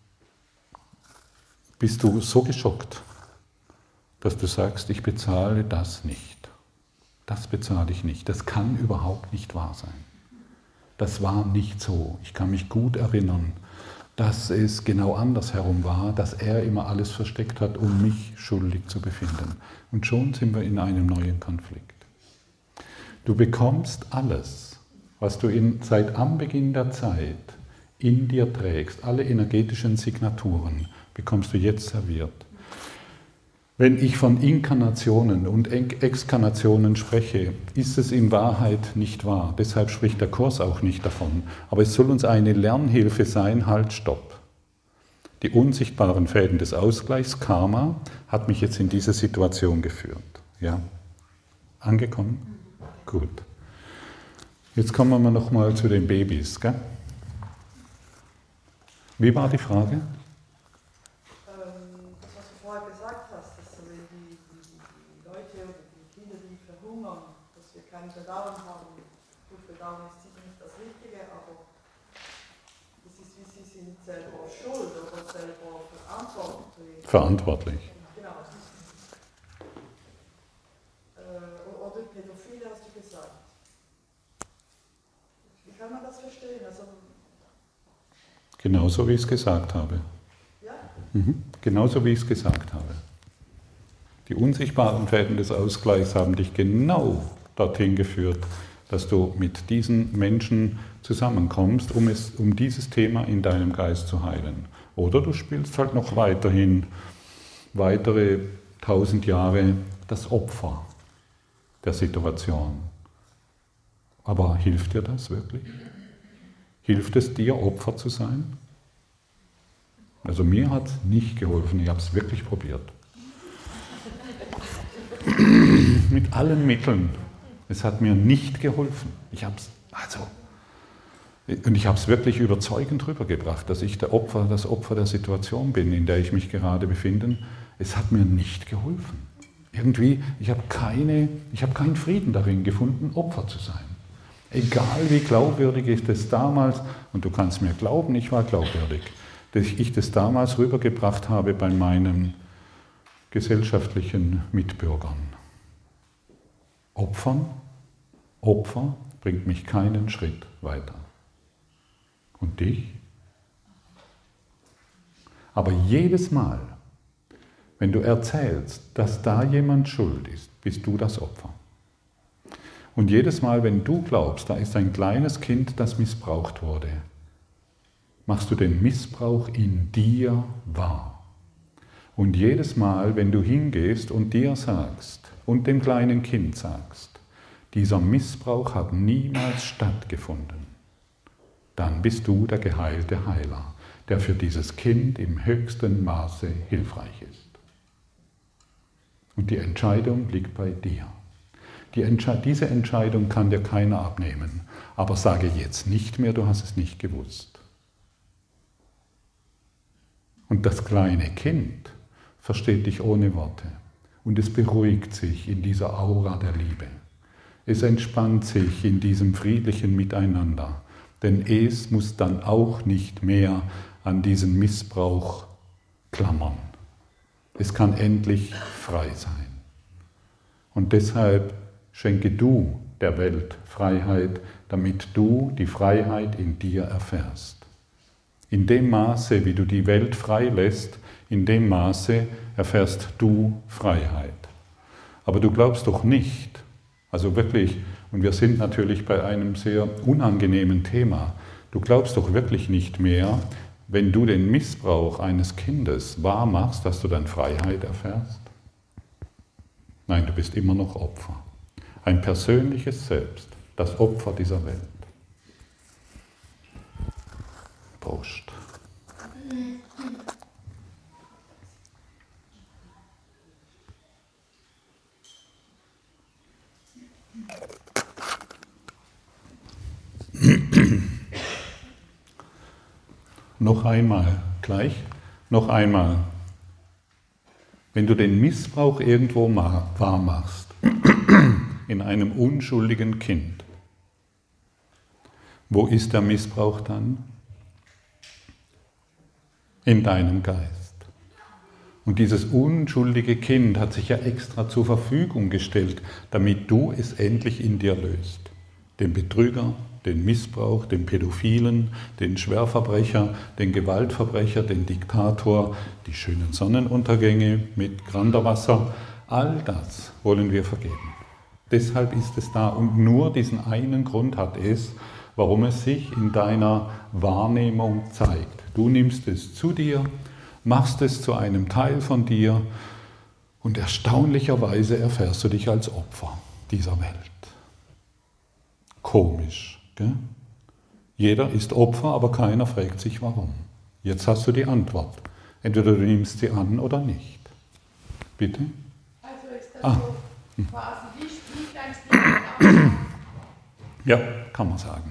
bist du so geschockt, dass du sagst, ich bezahle das nicht. Das bezahle ich nicht. Das kann überhaupt nicht wahr sein. Das war nicht so. Ich kann mich gut erinnern, dass es genau andersherum war, dass er immer alles versteckt hat, um mich schuldig zu befinden. Und schon sind wir in einem neuen Konflikt. Du bekommst alles, was du seit Anbeginn der Zeit in dir trägst, alle energetischen Signaturen, bekommst du jetzt serviert. Wenn ich von Inkarnationen und Exkarnationen spreche, ist es in Wahrheit nicht wahr. Deshalb spricht der Kurs auch nicht davon. Aber es soll uns eine Lernhilfe sein, halt, stopp. Die unsichtbaren Fäden des Ausgleichs, Karma, hat mich jetzt in diese Situation geführt. Ja? Angekommen? Gut. Jetzt kommen wir noch mal zu den Babys. Gell? Wie war die Frage? Verdauung haben. Gut, Verdauung ist sicher nicht das Richtige, aber das ist, wie Sie sind selber schuld oder selber verantwortlich. Verantwortlich. Genau. Oder Pädophile hast du gesagt. Wie kann man das verstehen? Also, genauso wie ich es gesagt habe. Ja? Genauso wie ich es gesagt habe. Die unsichtbaren Fäden des Ausgleichs haben dich genau dorthin geführt, dass du mit diesen Menschen zusammenkommst, um dieses Thema in deinem Geist zu heilen. Oder du spielst halt noch weiterhin weitere 1000 Jahre das Opfer der Situation. Aber hilft dir das wirklich? Hilft es dir, Opfer zu sein? Also mir hat es nicht geholfen, ich habe es wirklich probiert. Mit allen Mitteln. Es hat mir nicht geholfen. Ich habe es wirklich überzeugend rübergebracht, dass ich das Opfer der Situation bin, in der ich mich gerade befinde. Es hat mir nicht geholfen. Irgendwie, ich habe keinen Frieden darin gefunden, Opfer zu sein. Egal wie glaubwürdig ich das damals, und du kannst mir glauben, ich war glaubwürdig, dass ich das damals rübergebracht habe bei meinen gesellschaftlichen Mitbürgern. Opfer bringt mich keinen Schritt weiter. Und dich? Aber jedes Mal, wenn du erzählst, dass da jemand schuld ist, bist du das Opfer. Und jedes Mal, wenn du glaubst, da ist ein kleines Kind, das missbraucht wurde, machst du den Missbrauch in dir wahr. Und jedes Mal, wenn du hingehst und dir sagst und dem kleinen Kind sagst, dieser Missbrauch hat niemals stattgefunden, dann bist du der geheilte Heiler, der für dieses Kind im höchsten Maße hilfreich ist. Und die Entscheidung liegt bei dir. Diese Entscheidung kann dir keiner abnehmen. Aber sage jetzt nicht mehr, du hast es nicht gewusst. Und das kleine Kind versteht dich ohne Worte. Und es beruhigt sich in dieser Aura der Liebe. Es entspannt sich in diesem friedlichen Miteinander. Denn es muss dann auch nicht mehr an diesen Missbrauch klammern. Es kann endlich frei sein. Und deshalb schenke du der Welt Freiheit, damit du die Freiheit in dir erfährst. In dem Maße, wie du die Welt frei lässt, in dem Maße erfährst du Freiheit. Aber du glaubst doch nicht, also wirklich, und wir sind natürlich bei einem sehr unangenehmen Thema, du glaubst doch wirklich nicht mehr, wenn du den Missbrauch eines Kindes wahr machst, dass du dann Freiheit erfährst? Nein, du bist immer noch Opfer. Ein persönliches Selbst, das Opfer dieser Welt. Prost. Noch einmal, gleich, noch einmal. Wenn du den Missbrauch irgendwo wahr machst, in einem unschuldigen Kind, wo ist der Missbrauch dann? In deinem Geist. Und dieses unschuldige Kind hat sich ja extra zur Verfügung gestellt, damit du es endlich in dir löst. Den Betrüger, den Missbrauch, den Pädophilen, den Schwerverbrecher, den Gewaltverbrecher, den Diktator, die schönen Sonnenuntergänge mit Granderwasser, all das wollen wir vergeben. Deshalb ist es da und nur diesen einen Grund hat es, warum es sich in deiner Wahrnehmung zeigt. Du nimmst es zu dir, machst es zu einem Teil von dir und erstaunlicherweise erfährst du dich als Opfer dieser Welt. Komisch, gell? Jeder ist Opfer, aber keiner fragt sich warum. Jetzt hast du die Antwort. Entweder du nimmst sie an oder nicht. Bitte? Also ist das so quasi wie spielt ein Spiegel? Ja, kann man sagen.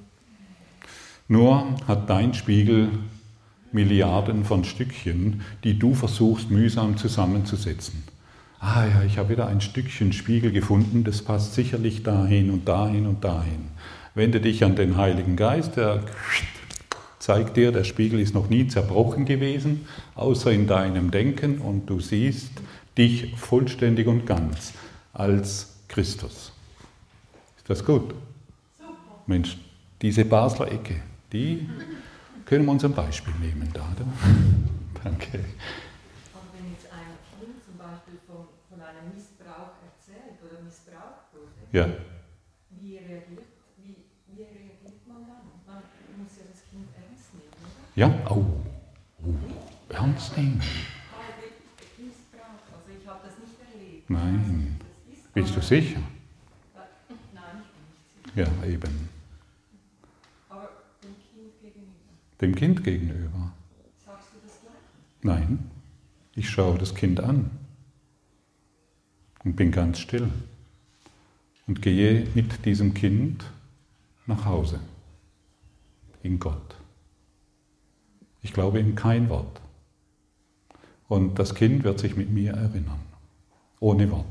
Nur hat dein Spiegel Milliarden von Stückchen, die du versuchst mühsam zusammenzusetzen. Ah ja, ich habe wieder ein Stückchen Spiegel gefunden, das passt sicherlich dahin und dahin und dahin. Wende dich an den Heiligen Geist, der zeigt dir, der Spiegel ist noch nie zerbrochen gewesen, außer in deinem Denken und du siehst dich vollständig und ganz als Christus. Ist das gut? Super. Mensch, diese Basler Ecke, die können wir uns ein Beispiel nehmen da, oder? Danke. Aber wenn jetzt ein Kind zum Beispiel von einem Missbrauch erzählt oder missbraucht wurde, Ja. wie reagiert man dann? Man muss ja das Kind ernst nehmen, oder? Ja, ernst nehmen. Missbrauch, also ich habe das nicht erlebt. Nein. Das ist Bist du sicher? Nein, ich bin nicht sicher. Ja, eben. Aber dem Kind gegenüber. Dem Kind gegenüber. Sagst du das gleich? Nein, ich schaue das Kind an und bin ganz still und gehe mit diesem Kind nach Hause, in Gott. Ich glaube ihm kein Wort. Und das Kind wird sich mit mir erinnern, ohne Worte.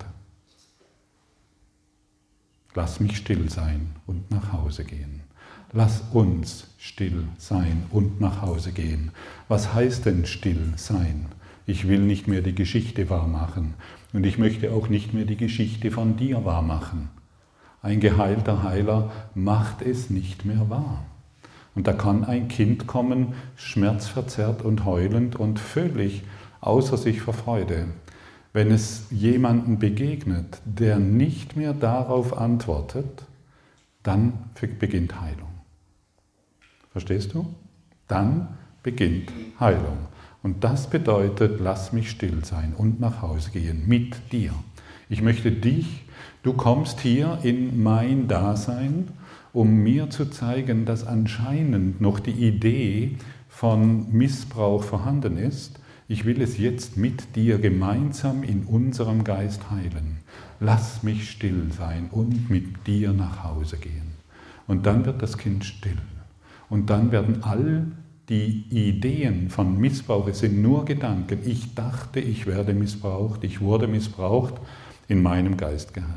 Lass mich still sein und nach Hause gehen. Lass uns still sein und nach Hause gehen. Was heißt denn still sein? Ich will nicht mehr die Geschichte wahrmachen. Und ich möchte auch nicht mehr die Geschichte von dir wahrmachen. Ein geheilter Heiler macht es nicht mehr wahr. Und da kann ein Kind kommen, schmerzverzerrt und heulend und völlig außer sich vor Freude. Wenn es jemanden begegnet, der nicht mehr darauf antwortet, dann beginnt Heilung. Verstehst du? Dann beginnt Heilung. Und das bedeutet, lass mich still sein und nach Hause gehen mit dir. Ich möchte dich, du kommst hier in mein Dasein, um mir zu zeigen, dass anscheinend noch die Idee von Missbrauch vorhanden ist. Ich will es jetzt mit dir gemeinsam in unserem Geist heilen. Lass mich still sein und mit dir nach Hause gehen. Und dann wird das Kind still. Und dann werden all die Ideen von Missbrauch, es sind nur Gedanken. Ich dachte, ich werde missbraucht, ich wurde missbraucht, in meinem Geist geheilt.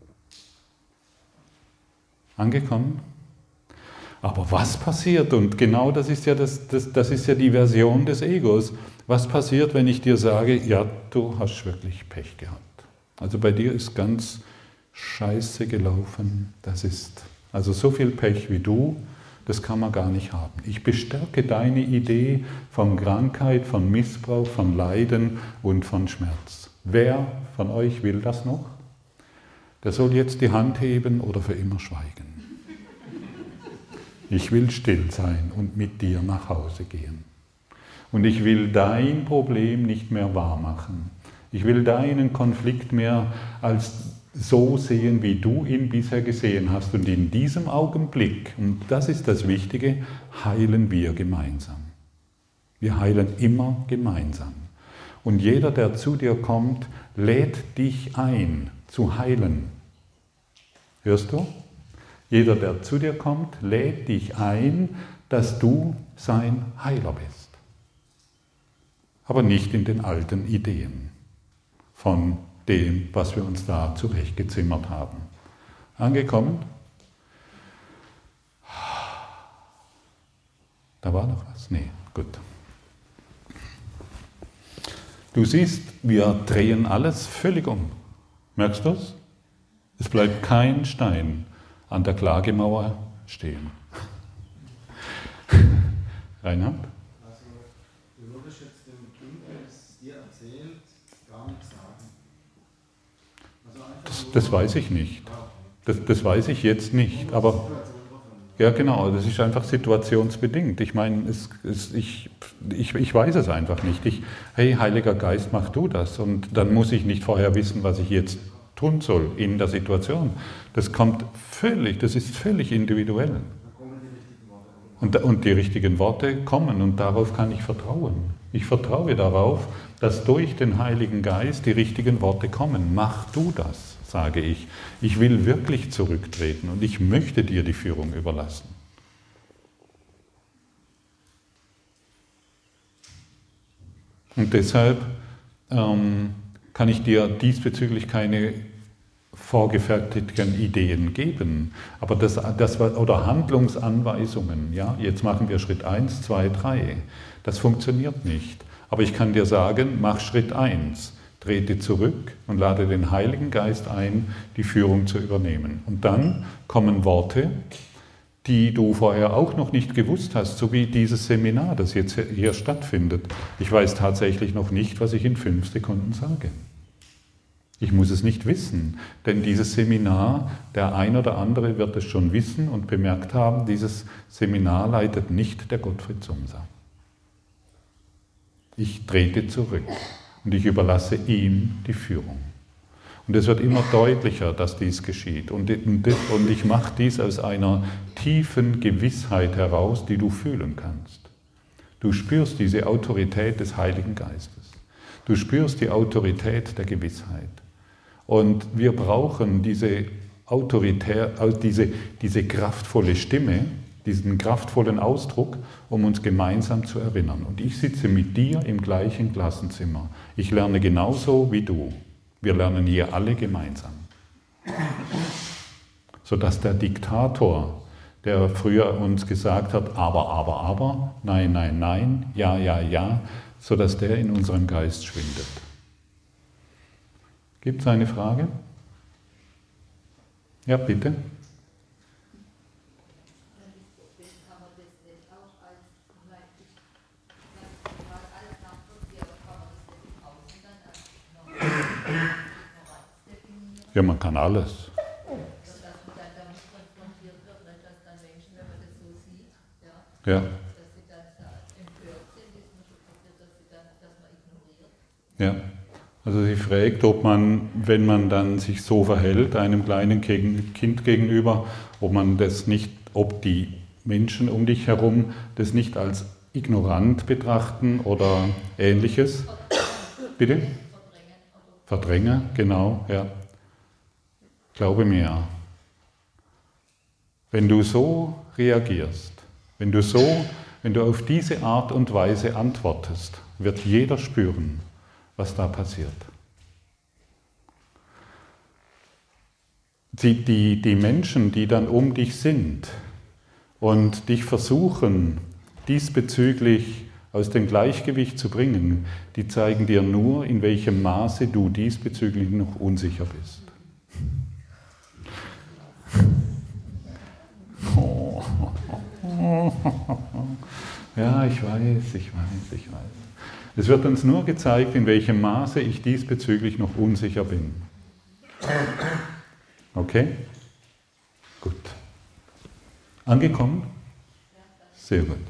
Angekommen? Aber was passiert? Und genau das ist ja, das ist ja die Version des Egos. Was passiert, wenn ich dir sage, ja, du hast wirklich Pech gehabt. Also bei dir ist ganz scheiße gelaufen. Das ist also so viel Pech wie du, das kann man gar nicht haben. Ich bestärke deine Idee von Krankheit, von Missbrauch, von Leiden und von Schmerz. Wer von euch will das noch? Der soll jetzt die Hand heben oder für immer schweigen. Ich will still sein und mit dir nach Hause gehen. Und ich will dein Problem nicht mehr wahrmachen. Ich will deinen Konflikt mehr als so sehen, wie du ihn bisher gesehen hast. Und in diesem Augenblick, und das ist das Wichtige, heilen wir gemeinsam. Wir heilen immer gemeinsam. Und jeder, der zu dir kommt, lädt dich ein, zu heilen. Hörst du? Jeder, der zu dir kommt, lädt dich ein, dass du sein Heiler bist. Aber nicht in den alten Ideen von dem, was wir uns da zurechtgezimmert haben. Angekommen? Da war noch was? Nee, gut. Du siehst, wir drehen alles völlig um. Merkst du es? Es bleibt kein Stein an der Klagemauer stehen. Reinhard? Also, du würdest jetzt dem Kind, wenn es dir erzählt, gar nichts sagen. Also das weiß ich nicht. Das weiß ich jetzt nicht. Aber ja, genau, das ist einfach situationsbedingt. Ich meine, ich weiß es einfach nicht. Hey, Heiliger Geist, mach du das. Und dann muss ich nicht vorher wissen, was ich jetzt tun soll in der Situation. Das ist völlig individuell. Und die richtigen Worte kommen und darauf kann ich vertrauen. Ich vertraue darauf, dass durch den Heiligen Geist die richtigen Worte kommen. Mach du das, sage ich. Ich will wirklich zurücktreten und ich möchte dir die Führung überlassen. Und deshalb kann ich dir diesbezüglich keine vorgefertigten Ideen geben, aber oder Handlungsanweisungen, ja, jetzt machen wir Schritt 1, 2, 3, das funktioniert nicht. Aber ich kann dir sagen, mach Schritt 1, trete zurück und lade den Heiligen Geist ein, die Führung zu übernehmen. Und dann kommen Worte, die du vorher auch noch nicht gewusst hast, so wie dieses Seminar, das jetzt hier stattfindet. Ich weiß tatsächlich noch nicht, was ich in 5 Sekunden sage. Ich muss es nicht wissen, denn dieses Seminar, der ein oder andere wird es schon wissen und bemerkt haben, dieses Seminar leitet nicht der Gottfried Sumser. Ich trete zurück und ich überlasse ihm die Führung. Und es wird immer deutlicher, dass dies geschieht. Und ich mache dies aus einer tiefen Gewissheit heraus, die du fühlen kannst. Du spürst diese Autorität des Heiligen Geistes. Du spürst die Autorität der Gewissheit. Und wir brauchen diese kraftvolle Stimme, diesen kraftvollen Ausdruck, um uns gemeinsam zu erinnern. Und ich sitze mit dir im gleichen Klassenzimmer. Ich lerne genauso wie du. Wir lernen hier alle gemeinsam. Sodass der Diktator, der früher uns gesagt hat, aber, nein, ja, sodass der in unserem Geist schwindet. Gibt es eine Frage? Ja, bitte. Ja, man kann alles. Ja. Ja. Also sie fragt, ob man, wenn man dann sich so verhält, einem kleinen Kind gegenüber, ob die Menschen um dich herum das nicht als ignorant betrachten oder Ähnliches. Bitte? Verdrängen, genau, ja. Glaube mir, wenn du so reagierst, wenn du auf diese Art und Weise antwortest, wird jeder spüren, was da passiert. Die Menschen, die dann um dich sind und dich versuchen, diesbezüglich aus dem Gleichgewicht zu bringen, die zeigen dir nur, in welchem Maße du diesbezüglich noch unsicher bist. Oh. Ja, ich weiß. Es wird uns nur gezeigt, in welchem Maße ich diesbezüglich noch unsicher bin. Okay? Gut. Angekommen? Sehr gut.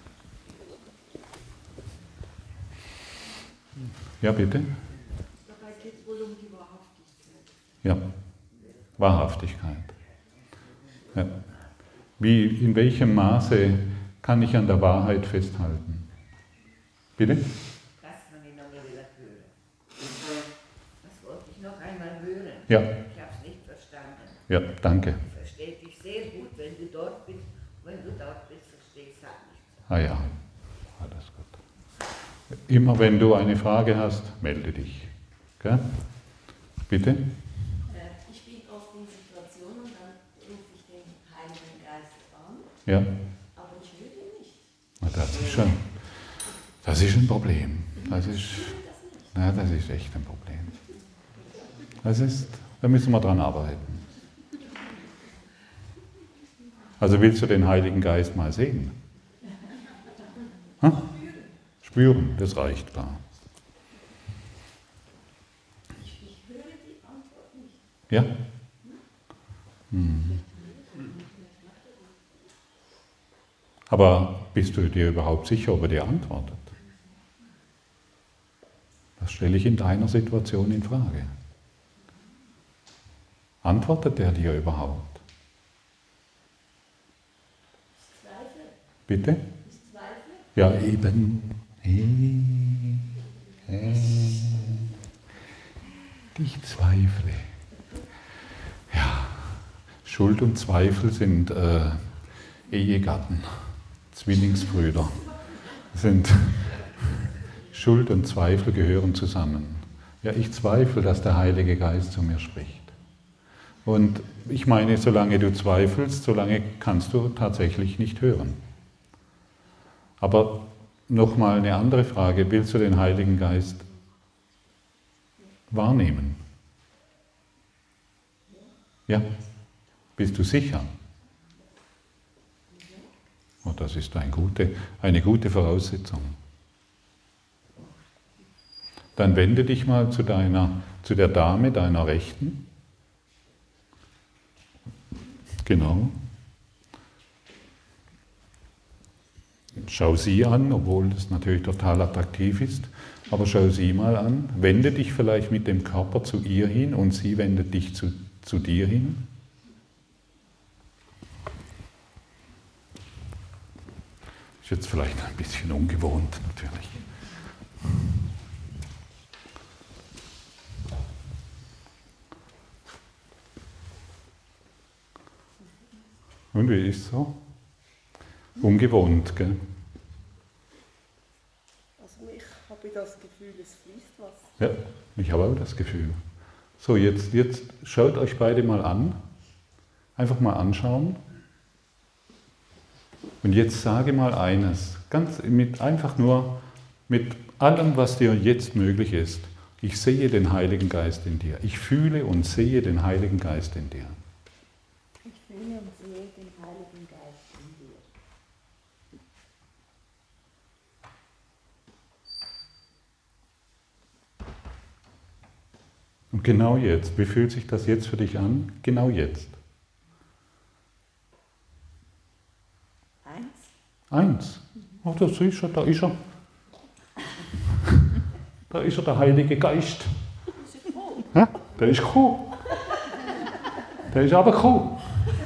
Ja, bitte? Dabei geht es wohl um die Wahrhaftigkeit. Ja, Wahrhaftigkeit. Ja. In welchem Maße kann ich an der Wahrheit festhalten? Bitte? Das kann ich noch mal wieder hören. Das wollte ich noch einmal hören. Ja. Ich habe es nicht verstanden. Ja, danke. Ich verstehe dich sehr gut, wenn du dort bist. Wenn du dort bist, verstehst du halt nichts. Ah ja, alles gut. Immer wenn du eine Frage hast, melde dich. Okay? Bitte? Ich bin oft in Situationen und dann rufe ich den Heiligen Geist an, Ja. aber ich höre ihn nicht. Na, das ist ein Problem. Das ist echt ein Problem. Da müssen wir dran arbeiten. Also willst du den Heiligen Geist mal sehen? Hm? Spüren, das reicht klar. Ich höre die Antwort nicht. Ja? Hm. Aber bist du dir überhaupt sicher, ob er dir antwortet? Das stelle ich in deiner Situation in Frage. Antwortet er dir überhaupt? Ich zweifle. Bitte? Ich zweifle. Ja, eben. Ich zweifle. Ja, Schuld und Zweifel sind Ehegatten, Zwillingsbrüder. Schuld und Zweifel gehören zusammen. Ja, ich zweifle, dass der Heilige Geist zu mir spricht. Und ich meine, solange du zweifelst, solange kannst du tatsächlich nicht hören. Aber nochmal eine andere Frage, willst du den Heiligen Geist wahrnehmen? Ja? Bist du sicher? Oh, das ist eine gute Voraussetzung. Dann wende dich mal zu der Dame deiner Rechten. Genau. Schau sie an, obwohl das natürlich total attraktiv ist, aber schau sie mal an. Wende dich vielleicht mit dem Körper zu ihr hin und sie wendet dich zu dir hin. Ist jetzt vielleicht ein bisschen ungewohnt, natürlich. Und wie ist es so? Ungewohnt, gell? Also ich habe das Gefühl, es fließt was. Ja, ich habe auch das Gefühl. So, jetzt schaut euch beide mal an. Einfach mal anschauen. Und jetzt sage mal eines, einfach nur mit allem, was dir jetzt möglich ist, ich sehe den Heiligen Geist in dir. Ich fühle und sehe den Heiligen Geist in dir. Ich fühle und sehe den Heiligen Geist in dir. Und genau jetzt, wie fühlt sich das jetzt für dich an? Genau jetzt. 1. Oh, da ist er, da ist er. Da ist er, der Heilige Geist. Ja, der ist gekommen. Der ist aber gekommen.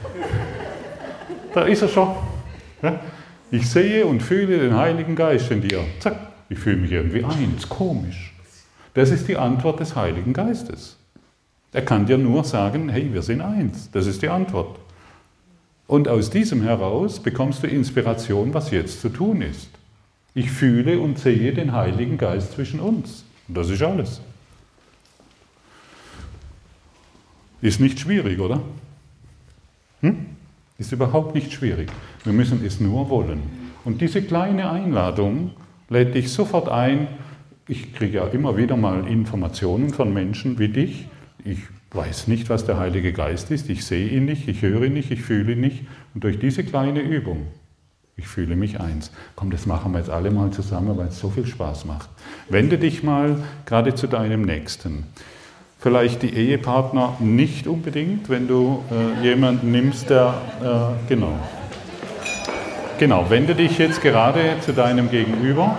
Da ist er schon. Ja, ich sehe und fühle den Heiligen Geist in dir. Zack, ich fühle mich irgendwie eins, komisch. Das ist die Antwort des Heiligen Geistes. Er kann dir nur sagen, hey, wir sind eins. Das ist die Antwort. Und aus diesem heraus bekommst du Inspiration, was jetzt zu tun ist. Ich fühle und sehe den Heiligen Geist zwischen uns. Und das ist alles. Ist nicht schwierig, oder? Ist überhaupt nicht schwierig. Wir müssen es nur wollen. Und diese kleine Einladung lädt dich sofort ein. Ich kriege ja immer wieder mal Informationen von Menschen wie dich. Ich weiß nicht, was der Heilige Geist ist. Ich sehe ihn nicht, ich höre ihn nicht, ich fühle ihn nicht. Und durch diese kleine Übung, ich fühle mich eins. Komm, das machen wir jetzt alle mal zusammen, weil es so viel Spaß macht. Wende dich mal gerade zu deinem Nächsten. Vielleicht die Ehepartner nicht unbedingt, wenn du jemanden nimmst, der... Genau, wende dich jetzt gerade zu deinem Gegenüber.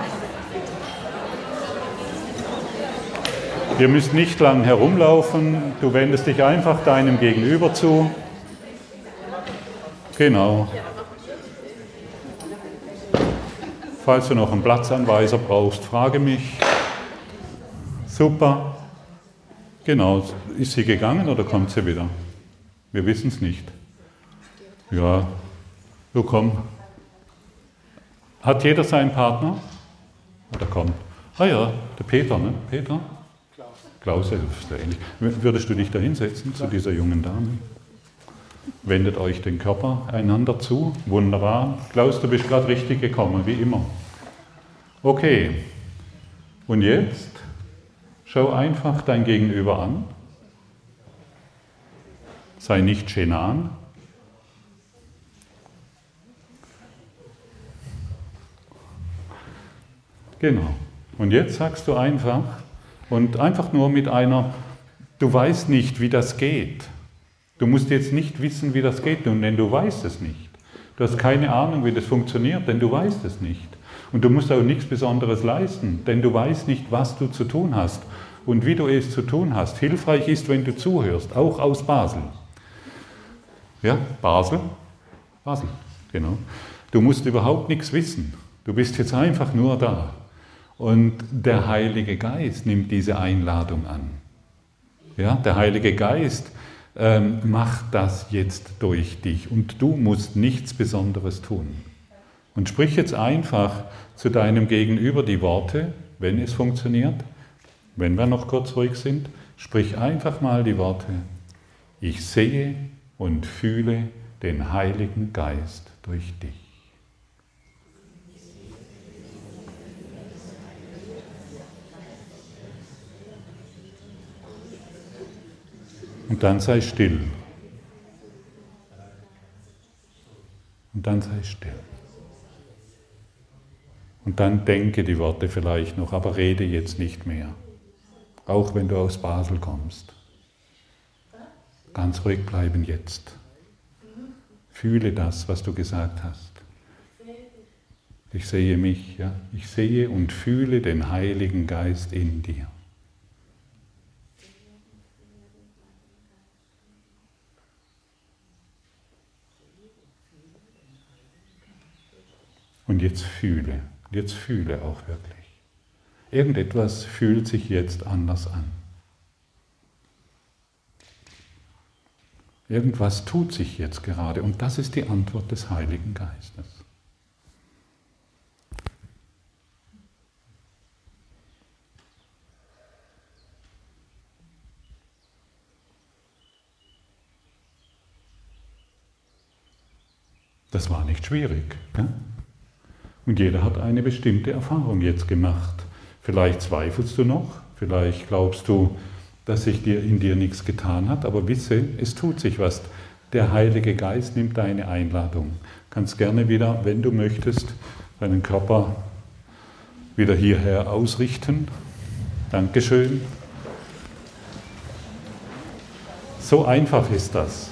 Ihr müsst nicht lang herumlaufen, du wendest dich einfach deinem Gegenüber zu. Genau. Falls du noch einen Platzanweiser brauchst, frage mich. Super. Genau. Ist sie gegangen oder kommt sie wieder? Wir wissen es nicht. Ja. Du komm. Hat jeder seinen Partner? Oder kommt? Ah ja, der Peter, ne? Peter? Klaus, das ist ja ähnlich. Würdest du dich da hinsetzen zu dieser jungen Dame? Wendet euch den Körper einander zu. Wunderbar. Klaus, du bist gerade richtig gekommen, wie immer. Okay. Und jetzt schau einfach dein Gegenüber an. Sei nicht Schenan. Genau. Und jetzt sagst du einfach, und einfach nur mit einer, du weißt nicht, wie das geht. Du musst jetzt nicht wissen, wie das geht, denn du weißt es nicht. Du hast keine Ahnung, wie das funktioniert, denn du weißt es nicht. Und du musst auch nichts Besonderes leisten, denn du weißt nicht, was du zu tun hast und wie du es zu tun hast. Hilfreich ist, wenn du zuhörst, auch aus Basel. Ja, Basel? Basel, genau. Du musst überhaupt nichts wissen. Du bist jetzt einfach nur da. Und der Heilige Geist nimmt diese Einladung an. Ja, der Heilige Geist macht das jetzt durch dich und du musst nichts Besonderes tun. Und sprich jetzt einfach zu deinem Gegenüber die Worte, wenn es funktioniert, wenn wir noch kurz ruhig sind, sprich einfach mal die Worte, ich sehe und fühle den Heiligen Geist durch dich. Und dann sei still. Und dann sei still. Und dann denke die Worte vielleicht noch, aber rede jetzt nicht mehr. Auch wenn du aus Basel kommst. Ganz ruhig bleiben jetzt. Fühle das, was du gesagt hast. Ich sehe mich, ja. Ich sehe und fühle den Heiligen Geist in dir. Und jetzt fühle auch wirklich. Irgendetwas fühlt sich jetzt anders an. Irgendwas tut sich jetzt gerade und das ist die Antwort des Heiligen Geistes. Das war nicht schwierig. Ja? Und jeder hat eine bestimmte Erfahrung jetzt gemacht. Vielleicht zweifelst du noch, vielleicht glaubst du, dass sich in dir nichts getan hat, aber wisse, es tut sich was. Der Heilige Geist nimmt deine Einladung. Kannst gerne wieder, wenn du möchtest, deinen Körper wieder hierher ausrichten. Dankeschön. So einfach ist das.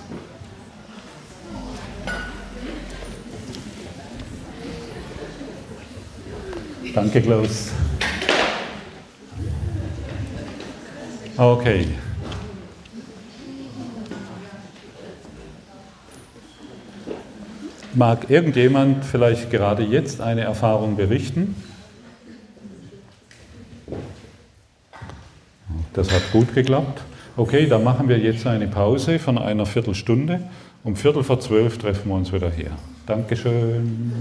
Danke, Klaus. Okay. Mag irgendjemand vielleicht gerade jetzt eine Erfahrung berichten? Das hat gut geklappt. Okay, dann machen wir jetzt eine Pause von einer Viertelstunde. Um 11:45 treffen wir uns wieder hier. Dankeschön.